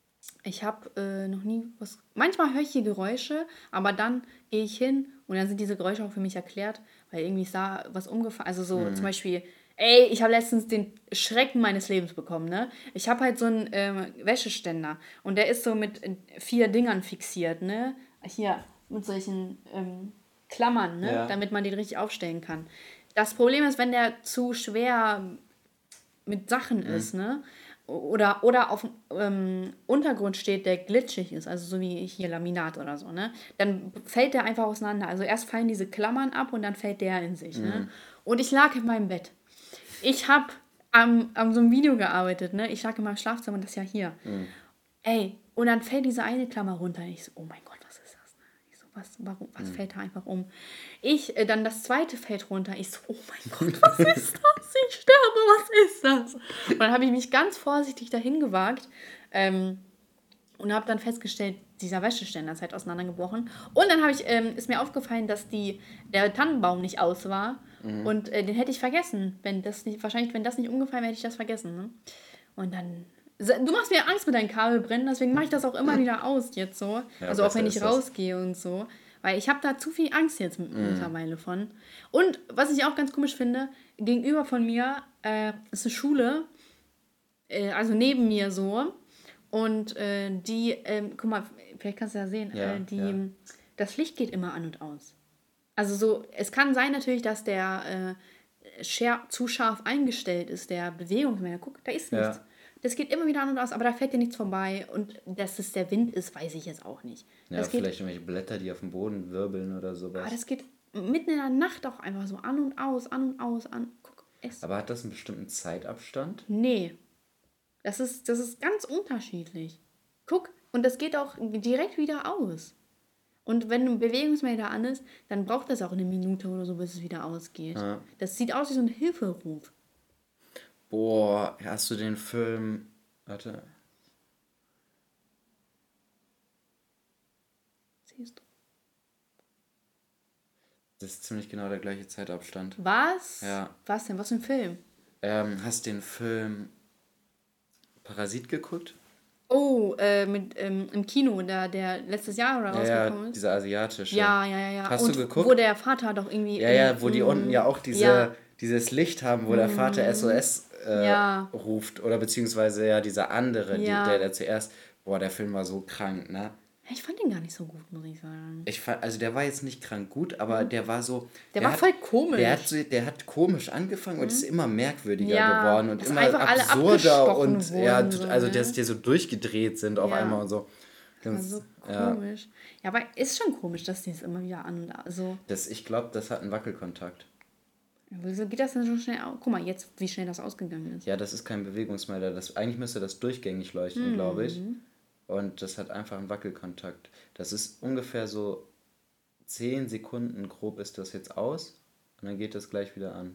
Ich habe äh, noch nie was... Manchmal höre ich hier Geräusche, aber dann gehe ich hin und dann sind diese Geräusche auch für mich erklärt, weil irgendwie ist da was umgefallen. Also so mhm. zum Beispiel, ey, ich habe letztens den Schrecken meines Lebens bekommen, ne? Ich habe halt so einen ähm, Wäscheständer und der ist so mit vier Dingern fixiert, ne? Hier, mit solchen ähm, Klammern, ne? Ja. Damit man den richtig aufstellen kann. Das Problem ist, wenn der zu schwer mit Sachen mhm. ist, ne? Oder, oder auf ähm, Untergrund steht, der glitschig ist, also so wie hier Laminat oder so, ne? Dann fällt der einfach auseinander. Also erst fallen diese Klammern ab und dann fällt der in sich, mhm. ne? Und ich lag in meinem Bett. Ich habe am, am so einem Video gearbeitet, ne? Ich lag in meinem Schlafzimmer und das ist ja hier. Mhm. Ey, und dann fällt diese eine Klammer runter und ich so, oh mein Gott, was ist das? Ich so, was, warum, was mhm. fällt da einfach um? Ich, äh, dann das zweite fällt runter. Ich so, oh mein Gott, was ist das? Ich sterbe, was ist das? Und dann habe ich mich ganz vorsichtig dahin gewagt ähm, und habe dann festgestellt, dieser Wäscheständer ist halt auseinandergebrochen. Und dann ich, ähm, ist mir aufgefallen, dass die, der Tannenbaum nicht aus war. Mhm. Und äh, den hätte ich vergessen. Wenn das nicht, wahrscheinlich, wenn das nicht umgefallen wäre, hätte ich das vergessen. Ne? Und dann... Du machst mir Angst mit deinen Kabelbrennen, deswegen mache ich das auch immer wieder aus jetzt so. Ja, also auch wenn ich rausgehe und so. Weil ich habe da zu viel Angst jetzt mm. mittlerweile von. Und was ich auch ganz komisch finde, gegenüber von mir äh, ist eine Schule, äh, also neben mir so. Und äh, die, äh, guck mal, vielleicht kannst du ja sehen, ja, äh, die, ja. das Licht geht immer an und aus. Also so, es kann sein natürlich, dass der äh, schär, zu scharf eingestellt ist, der Bewegungsmelder. Guck, da ist nichts. Ja. Das geht immer wieder an und aus, aber da fällt dir nichts vorbei. Und dass es der Wind ist, weiß ich jetzt auch nicht. Ja, das vielleicht geht, irgendwelche Blätter, die auf dem Boden wirbeln oder sowas. Aber das geht mitten in der Nacht auch einfach so an und aus, an und aus, an. Guck, es. Aber hat das einen bestimmten Zeitabstand? Nee. Das ist, das ist ganz unterschiedlich. Guck, und das geht auch direkt wieder aus. Und wenn ein Bewegungsmelder an ist, dann braucht das auch eine Minute oder so, bis es wieder ausgeht. Ja. Das sieht aus wie so ein Hilferuf. Boah, hast du den Film... Warte. Siehst du? Das ist ziemlich genau der gleiche Zeitabstand. Was? Ja. Was denn? Was für ein Film? Ähm, hast du den Film Parasit geguckt? Oh, äh, mit, ähm, im Kino, der, der letztes Jahr oder ja, rausgekommen ja, ist. Dieser asiatische. Ja, ja, ja, ja. Hast Und du geguckt? Wo der Vater doch irgendwie... Ja, ja, wo die unten ja auch diese... Ja. dieses Licht haben, wo der Vater S O S äh, ja. ruft. Oder beziehungsweise ja dieser andere, ja. die, der, der zuerst... Boah, der Film war so krank, ne? Ich fand den gar nicht so gut, muss ich sagen. Ich fand, also der war jetzt nicht krank gut, aber mhm. der war so... Der, der war hat, voll komisch. Der hat, so, der hat komisch angefangen mhm. und ist immer merkwürdiger ja, geworden und immer absurder. Und ja, also, dass die so durchgedreht sind auf ja. einmal und so. Ganz, so komisch. Ja. ja, aber ist schon komisch, dass die es immer wieder an und also. Das, ich glaube, das hat einen Wackelkontakt. Wieso geht das denn so schnell aus? Guck mal, jetzt, wie schnell das ausgegangen ist. Ja, das ist kein Bewegungsmelder. Das, eigentlich müsste das durchgängig leuchten, mhm. glaube ich. Und das hat einfach einen Wackelkontakt. Das ist ungefähr so zehn Sekunden grob ist das jetzt aus. Und dann geht das gleich wieder an.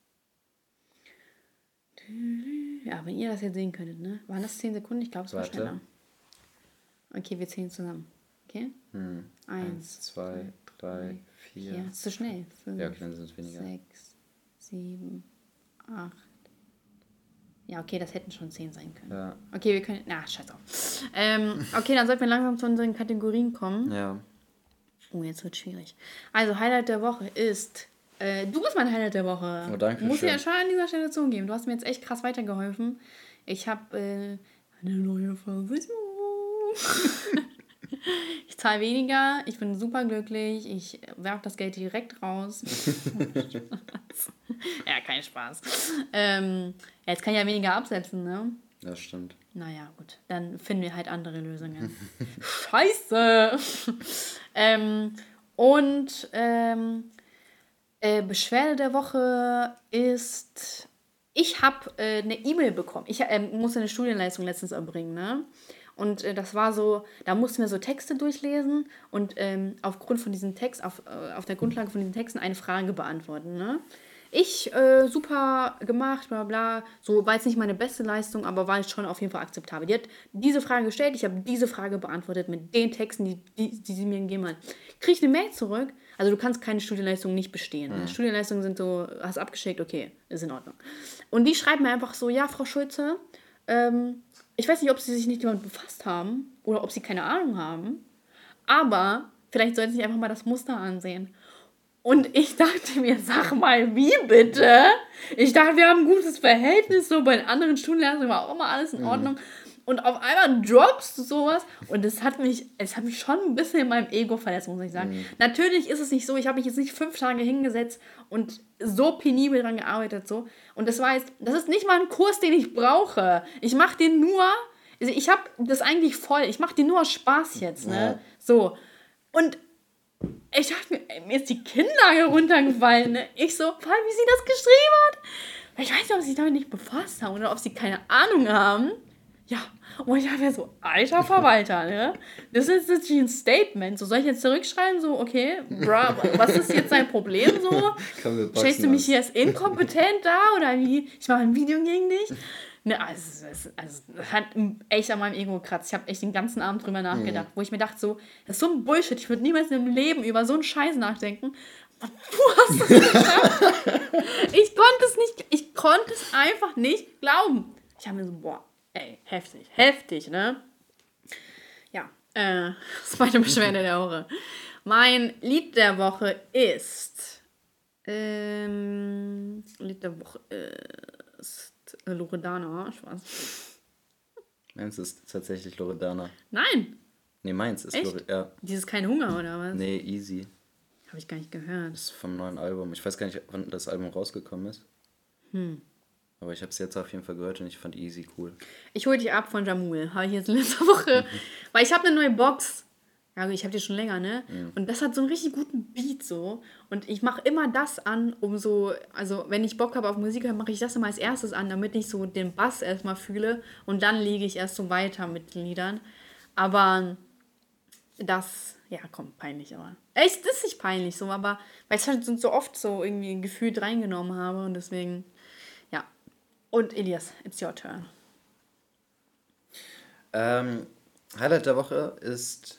Ja, wenn ihr das jetzt sehen könntet, ne? Waren das zehn Sekunden? Ich glaube, es war Warte. schneller. Okay, wir zählen zusammen. Okay? Hm. Eins, Eins, zwei, drei, vier. Ja, ist zu schnell. Fünf, ja, okay, dann sind es weniger. Sechs, sieben, acht. Ja, okay, das hätten schon zehn sein können. Ja. Okay, wir können... Na, scheiß auf. Ähm, okay, dann sollten wir langsam zu unseren Kategorien kommen. Ja. Oh, jetzt wird schwierig. Also, Highlight der Woche ist... Äh, du bist mein Highlight der Woche. Oh, danke Muss schön. ich ja schon an dieser Stelle zugeben. Du hast mir jetzt echt krass weitergeholfen. Ich habe äh, eine neue Versicherung. Ich zahle weniger, ich bin super glücklich, ich werfe das Geld direkt raus. Ja, kein Spaß. Ähm, jetzt kann ich ja weniger absetzen, ne? Das stimmt. Naja, gut, dann finden wir halt andere Lösungen. Scheiße! ähm, und ähm, äh, Beschwerde der Woche ist, ich habe äh, eine E-Mail bekommen. Ich äh, musste eine Studienleistung letztens erbringen, ne? Und äh, das war so, da mussten wir so Texte durchlesen und ähm, aufgrund von diesem Text, auf, äh, auf der Grundlage von diesen Texten eine Frage beantworten, ne? Ich, äh, super gemacht, bla bla, so war jetzt nicht meine beste Leistung, aber war schon auf jeden Fall akzeptabel. Die hat diese Frage gestellt, ich habe diese Frage beantwortet mit den Texten, die, die, die sie mir gegeben hat. Krieg ich eine Mail zurück, also du kannst keine Studienleistung nicht bestehen. Mhm. Studienleistungen sind so, hast abgeschickt, okay, ist in Ordnung. Und die schreibt mir einfach so, ja, Frau Schulze, ähm, ich weiß nicht, ob sie sich nicht damit befasst haben oder ob sie keine Ahnung haben, aber vielleicht sollten sie einfach mal das Muster ansehen. Und ich dachte mir, sag mal, wie bitte? Ich dachte, wir haben ein gutes Verhältnis, so bei den anderen Stundenlehrern war auch immer alles in Ordnung. Mhm. Und auf einmal droppst du sowas und es hat mich, es hat mich schon ein bisschen in meinem Ego verletzt, muss ich sagen. Mhm. Natürlich ist es nicht so, ich habe mich jetzt nicht fünf Tage hingesetzt und so penibel dran gearbeitet, so. Und das war jetzt, das ist nicht mal ein Kurs, den ich brauche. Ich mache den nur, also ich habe das eigentlich voll, ich mache den nur aus Spaß jetzt, ne? Ja. So. Und ich dachte mir, ey, mir ist die Kinnlage runtergefallen, ne? Ich so, vor allem, wie sie das geschrieben hat. Ich weiß nicht, ob sie sich damit nicht befasst haben oder ob sie keine Ahnung haben. Ja, und ich dachte mir so, alter Verwalter, ne? Das ist jetzt ein Statement. So, soll ich jetzt zurückschreiben, so, okay, bra, was ist jetzt dein Problem, so? Stellst du mich hier als inkompetent da oder wie? Ich mache ein Video gegen dich. Ne, also, es, also, das hat echt an meinem Ego gekratzt. Ich habe echt den ganzen Abend drüber nachgedacht, mhm. wo ich mir dachte, so, das ist so ein Bullshit. Ich würde niemals im Leben über so einen Scheiß nachdenken. Du hast es geschafft. Ich konnte es nicht, ich konnte es einfach nicht glauben. Ich habe mir so, boah, ey, heftig, heftig, ne? Ja, äh, das ist meine Beschwerde der Woche. Mein Lied der Woche ist, ähm, Lied der Woche ist Loredana, Spaß. Meins ist tatsächlich Loredana. Nein. Nee, meins ist Loredana. Ja. Dieses Kein Hunger, oder was? Nee, Easy. Habe ich gar nicht gehört. Das ist vom neuen Album. Ich weiß gar nicht, wann das Album rausgekommen ist. Hm. Aber ich habe es jetzt auf jeden Fall gehört und ich fand Easy cool. Ich hole dich ab von Jamul. Habe ich jetzt letzte Woche. Weil ich habe eine neue Box. Ja, ich habe die schon länger, ne? Mhm. Und das hat so einen richtig guten Beat so. Und ich mache immer das an, um so, also wenn ich Bock habe auf Musik, dann mache ich das immer als erstes an, damit ich so den Bass erstmal fühle. Und dann lege ich erst so weiter mit den Liedern. Aber das, ja komm, peinlich, aber. Echt, das ist nicht peinlich so, aber weil ich es halt so oft so irgendwie gefühlt reingenommen habe und deswegen, ja. Und Elias, it's your turn. Ähm, Highlight der Woche ist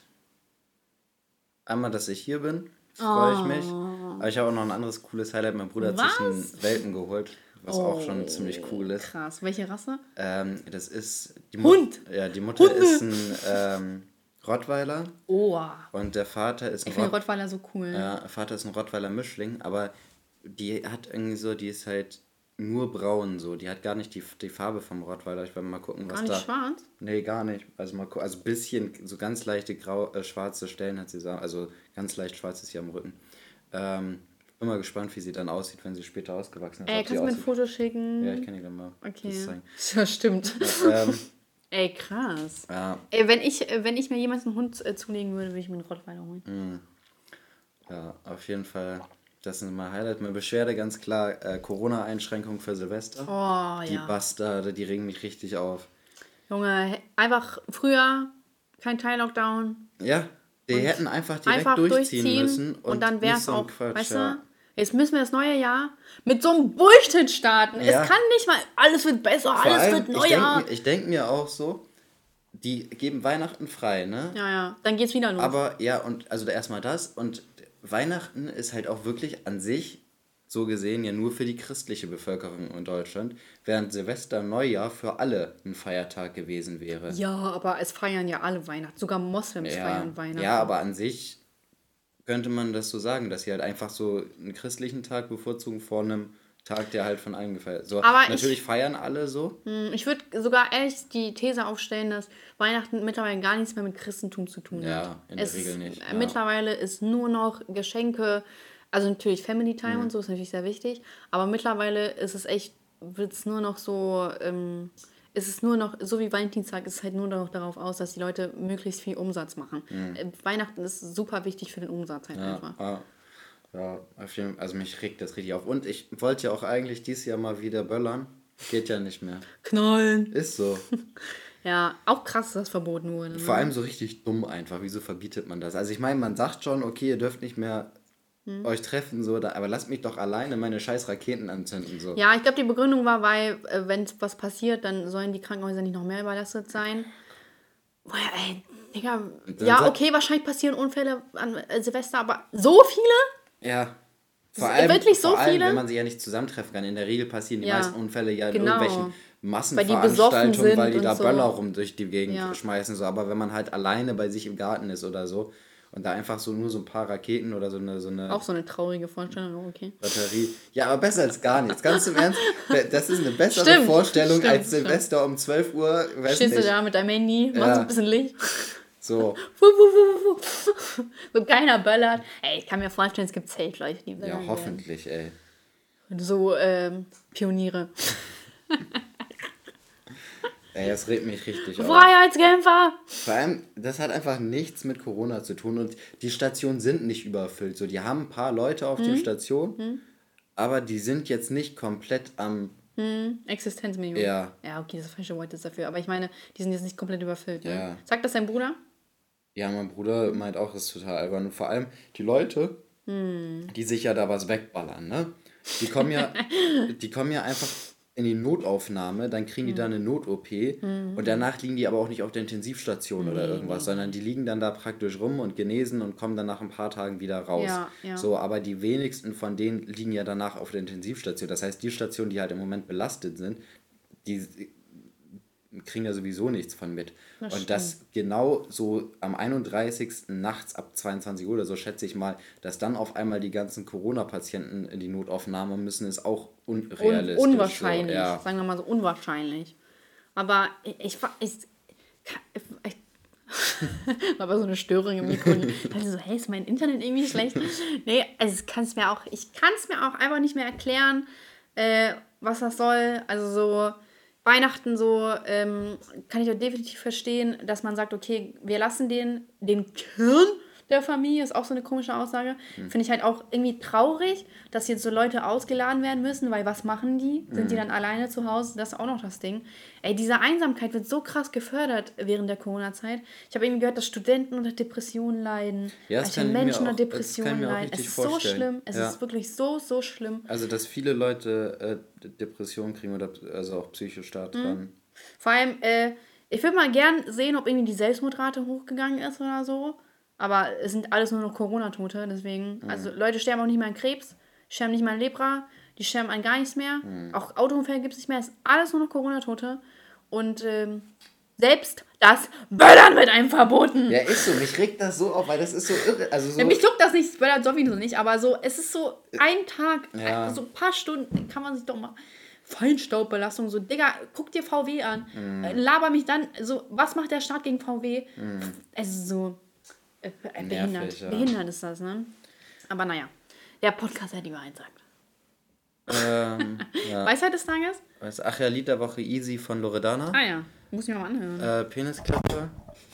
einmal, dass ich hier bin. Freue oh. ich mich. Aber ich habe auch noch ein anderes cooles Highlight. Mein Bruder hat was? sich einen Welpen geholt, was oh, auch schon ziemlich cool ist. Krass. Welche Rasse? Ähm, das ist... Die Hund! Mut- ja, die Mutter Hunde. ist ein ähm, Rottweiler. Oh. Und der Vater ist ein... Ich finde Rott- Rottweiler so cool. Ja, der Vater ist ein Rottweiler-Mischling, aber die hat irgendwie so, die ist halt nur braun so. Die hat gar nicht die, die Farbe vom Rottweiler. Ich werde mal gucken, was da... Gar nicht schwarz? Nee, gar nicht. Also mal also ein bisschen, so ganz leichte grau, äh, schwarze Stellen hat sie, also ganz leicht schwarz ist sie am Rücken. Ähm, bin mal gespannt, wie sie dann aussieht, wenn sie später ausgewachsen ist. Ey, kannst du mir ein Foto schicken? Ja, ich kann dir dann mal okay. das zeigen. Ja, stimmt. Ja, ähm, Ey, krass. Ja. Ey, wenn ich, wenn ich mir jemals einen Hund äh, zulegen würde, würde ich mir einen Rottweiler holen. Mhm. Ja, auf jeden Fall. Das ist mein Highlight. Meine Beschwerde ganz klar, äh, Corona-Einschränkung für Silvester. Oh, die ja. Bastarde, die regen mich richtig auf. Junge, einfach früher kein Teil-Lockdown. Ja, die hätten einfach direkt einfach durchziehen, durchziehen müssen. Und, und dann wäre es so auch, Quatsch, weißt ja. du, jetzt müssen wir das neue Jahr mit so einem Bullshit starten. Ja. Es kann nicht mal, alles wird besser, Vor alles allem, wird neuer. Ich denke denk mir auch so, die geben Weihnachten frei, ne? Ja, ja, dann geht's wieder los. Aber ja, und also erstmal das und Weihnachten ist halt auch wirklich an sich so gesehen ja nur für die christliche Bevölkerung in Deutschland, während Silvester Neujahr für alle ein Feiertag gewesen wäre. Ja, aber es feiern ja alle Weihnachten, sogar Moslems ja, feiern Weihnachten. Ja, aber an sich könnte man das so sagen, dass sie halt einfach so einen christlichen Tag bevorzugen vor einem Tag, der halt von allen gefeiert wird. So, aber natürlich ich, feiern alle so. Ich würde sogar echt die These aufstellen, dass Weihnachten mittlerweile gar nichts mehr mit Christentum zu tun hat. Ja, in der es, Regel nicht. Ja. Mittlerweile ist nur noch Geschenke, also natürlich Family Time mhm. und so ist natürlich sehr wichtig, aber mittlerweile ist es echt, wird es nur noch so, ähm, ist es nur noch, so wie Valentinstag, ist es halt nur noch darauf aus, dass die Leute möglichst viel Umsatz machen. Mhm. Weihnachten ist super wichtig für den Umsatz halt ja, einfach. Ja. Ja, also mich regt das richtig auf. Und ich wollte ja auch eigentlich dieses Jahr mal wieder böllern. Geht ja nicht mehr. Knallen. Ist so. Ja, auch krass, dass das verboten wurde. Ne? Vor allem so richtig dumm einfach. Wieso verbietet man das? Also ich meine, man sagt schon, okay, ihr dürft nicht mehr hm. euch treffen, so, da, aber lasst mich doch alleine meine scheiß Raketen anzünden. So. Ja, ich glaube, die Begründung war, weil, äh, wenn was passiert, dann sollen die Krankenhäuser nicht noch mehr überlastet sein. Boah, ey, Digga. Ja, okay, wahrscheinlich passieren Unfälle an äh, Silvester, aber so viele? Ja, vor allem, wirklich so vor allem viele? wenn man sie ja nicht zusammentreffen kann. In der Regel passieren die ja, meisten Unfälle ja in genau. irgendwelchen Massenveranstaltungen, weil die, da so. Böller rum durch die Gegend Ja. schmeißen. So. Aber wenn man halt alleine bei sich im Garten ist oder so und da einfach so nur so ein paar Raketen oder so eine, so eine Auch so eine traurige Vorstellung, okay. Batterie. Ja, aber besser als gar nichts. Ganz im Ernst, das ist eine bessere Stimmt, Vorstellung stimmt, als Silvester um zwölf Uhr. Weiß Stehst du nicht. da mit deinem Handy, machst Ja. ein bisschen Licht. So. So keiner böllert. Ey, ich kann mir vorstellen, es gibt Zeltleute, die böllern. Ja, hoffentlich, ey. werden. So ähm, Pioniere. Ey, das regt mich richtig auf. Freiheitskämpfer! Vor allem, das hat einfach nichts mit Corona zu tun und die Stationen sind nicht überfüllt. So, die haben ein paar Leute auf Hm? den Stationen, aber die sind jetzt nicht komplett am... Hm, Existenzminimum. Ja. Ja, okay, das falsche Wort ist dafür. Aber ich meine, die sind jetzt nicht komplett überfüllt. Ne? Ja. Sagt das dein Bruder? Ja, mein Bruder meint auch, das ist total albern. Und vor allem die Leute, Hm. die sich ja da was wegballern, ne? Die kommen ja, die kommen ja einfach in die Notaufnahme, dann kriegen die da eine Not-O P und danach liegen die aber auch nicht auf der Intensivstation oder irgendwas, sondern die liegen dann da praktisch rum und genesen und kommen dann nach ein paar Tagen wieder raus. Ja, ja. So, aber die wenigsten von denen liegen ja danach auf der Intensivstation. Das heißt, die Stationen, die halt im Moment belastet sind, die kriegen ja sowieso nichts von mit. Das und stimmt. das genau so am einunddreißigsten nachts ab zweiundzwanzig Uhr oder so, schätze ich mal, dass dann auf einmal die ganzen Corona-Patienten in die Notaufnahme müssen, ist auch Un unrealistisch. unwahrscheinlich. So, ja. Sagen wir mal so unwahrscheinlich. Aber ich, ich, ich, ich war aber so eine Störung im Mikro. Also so, hey, ist mein Internet irgendwie schlecht? Nee, also ich kann es mir auch, ich kann es mir auch einfach nicht mehr erklären, äh, was das soll. Also so Weihnachten so, ähm, kann ich auch definitiv verstehen, dass man sagt, okay, wir lassen den, den Kern der Familie, ist auch so eine komische Aussage. Mhm. Finde ich halt auch irgendwie traurig, dass jetzt so Leute ausgeladen werden müssen, weil was machen die? Sind Mhm. die dann alleine zu Hause? Das ist auch noch das Ding. Ey, diese Einsamkeit wird so krass gefördert während der Corona-Zeit. Ich habe irgendwie gehört, dass Studenten unter Depressionen leiden, Ja, das alte kann ich mir Menschen auch- unter das kann ich Depressionen mir auch leiden. Es richtig ist so vorstellen. schlimm. Es Ja. ist wirklich so, so schlimm. Also, dass viele Leute äh, Depressionen kriegen oder also auch psychisch da dran. Vor allem, äh, ich würde mal gern sehen, ob irgendwie die Selbstmordrate hochgegangen ist oder so. Aber es sind alles nur noch Corona-Tote, deswegen. Also Leute sterben auch nicht mehr an Krebs, sterben nicht mehr an Lepra, die sterben an gar nichts mehr. Auch Autounfälle gibt es nicht mehr, es ist alles nur noch Corona-Tote. Und ähm, selbst das Böllern wird einem verboten. Ja, ist so. Mich regt das so auf, weil das ist so irre. Also so, Ja, mich juckt das nicht, das Böllern sowieso nicht, aber so, es ist so ein Tag, Ja. so ein paar Stunden, kann man sich doch mal... Feinstaubbelastung, so, Digga, guck dir V W an. Äh, Laber mich dann, so, was macht der Staat gegen V W? Also so, äh, äh, behindert. Nervig, ja. Behindert ist das, ne? Aber naja, der Podcast, der die Wahrheit sagt. ähm, ja. Weisheit des Tages? Weißt du, ach ja, Lied der Woche Easy von Loredana. Ah ja, muss ich mir mal anhören. Äh, Penisklappe.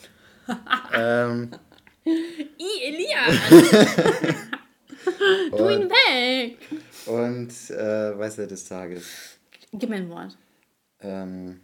ähm, I, Elias! Tu ihn und weg! und äh, Weisheit des Tages. Gib mir ein Wort. Ähm,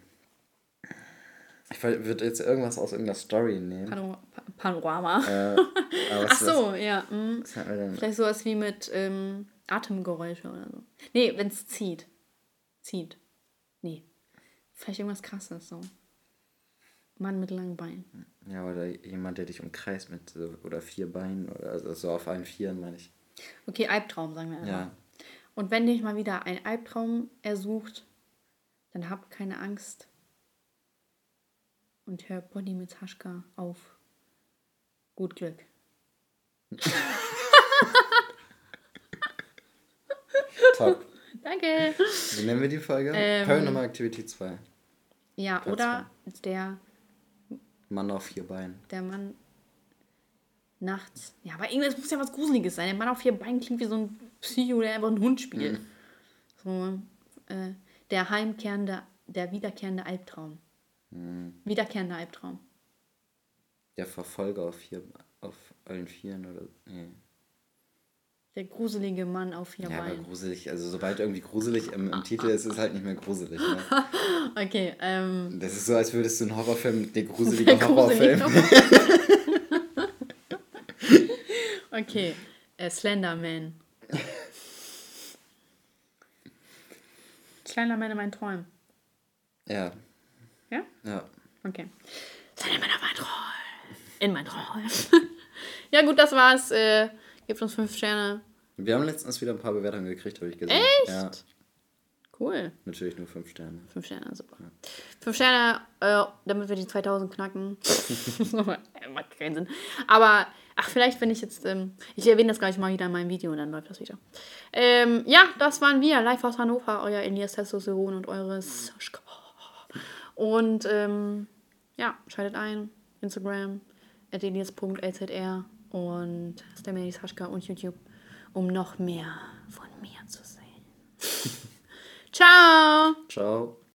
ich würde jetzt irgendwas aus irgendeiner Story nehmen. Pano Pa- Panorama. Äh, aber was, Ach so, ja. mm. Was, was hat mir denn, Vielleicht sowas wie mit ähm, Atemgeräusche oder so. Nee, wenn es zieht. Zieht. Nee. Vielleicht irgendwas krasses so. Mann mit langen Beinen. ja, oder jemand, der dich umkreist mit so, oder vier Beinen oder also so auf allen Vieren, meine ich. Okay, Albtraum, sagen wir einfach. Ja. Und wenn dich mal wieder ein Albtraum ersucht, dann hab keine Angst. Und hör Body mit Haschka auf. Gut Glück. Top. Danke. Wie nennen wir die Folge? Ähm, Paranormal Activity zwei. Ja, Platz oder der, Mann auf vier Beinen. der Mann nachts. Ja, aber irgendwas muss ja was Gruseliges sein. Der Mann auf vier Beinen klingt wie so ein Psycho, der einfach einen Hund spielt. So, äh, der heimkehrende, der wiederkehrende Albtraum. Wiederkehrender Albtraum. Der Verfolger auf vier, auf allen Vieren oder. Nee. Der gruselige Mann auf vier Ja, aber Beinen. gruselig, also sobald irgendwie gruselig im, im Titel ist, ist es halt nicht mehr gruselig. Ne? Okay, ähm. Das ist so, als würdest du einen Horrorfilm, der der gruselige Horrorfilm. gruselige- Okay, äh, Slenderman. Slenderman in meinen Träumen. Ja. Ja? Ja. Okay. Slenderman auf meinen Träumen. In meinen Träumen. Ja gut, das war's. Äh, gebt uns fünf Sterne. Wir haben letztens wieder ein paar Bewertungen gekriegt, habe ich gesehen. Echt? Ja. Cool. Natürlich nur fünf Sterne. Fünf Sterne, super. Ja. Fünf Sterne, äh, damit wir die zweitausend knacken. Macht keinen Sinn. Aber, ach, vielleicht, wenn ich jetzt, ähm, ich erwähne das gleich mal wieder in meinem Video und dann läuft das wieder. Ähm, ja, das waren wir, live aus Hannover, euer Elias Testosteron und eures Saschka. Und, ähm, ja, schaltet ein, Instagram, at elias punkt l z r und Stammy Saschka und YouTube, um noch mehr von mir zu sehen. Ciao! Ciao.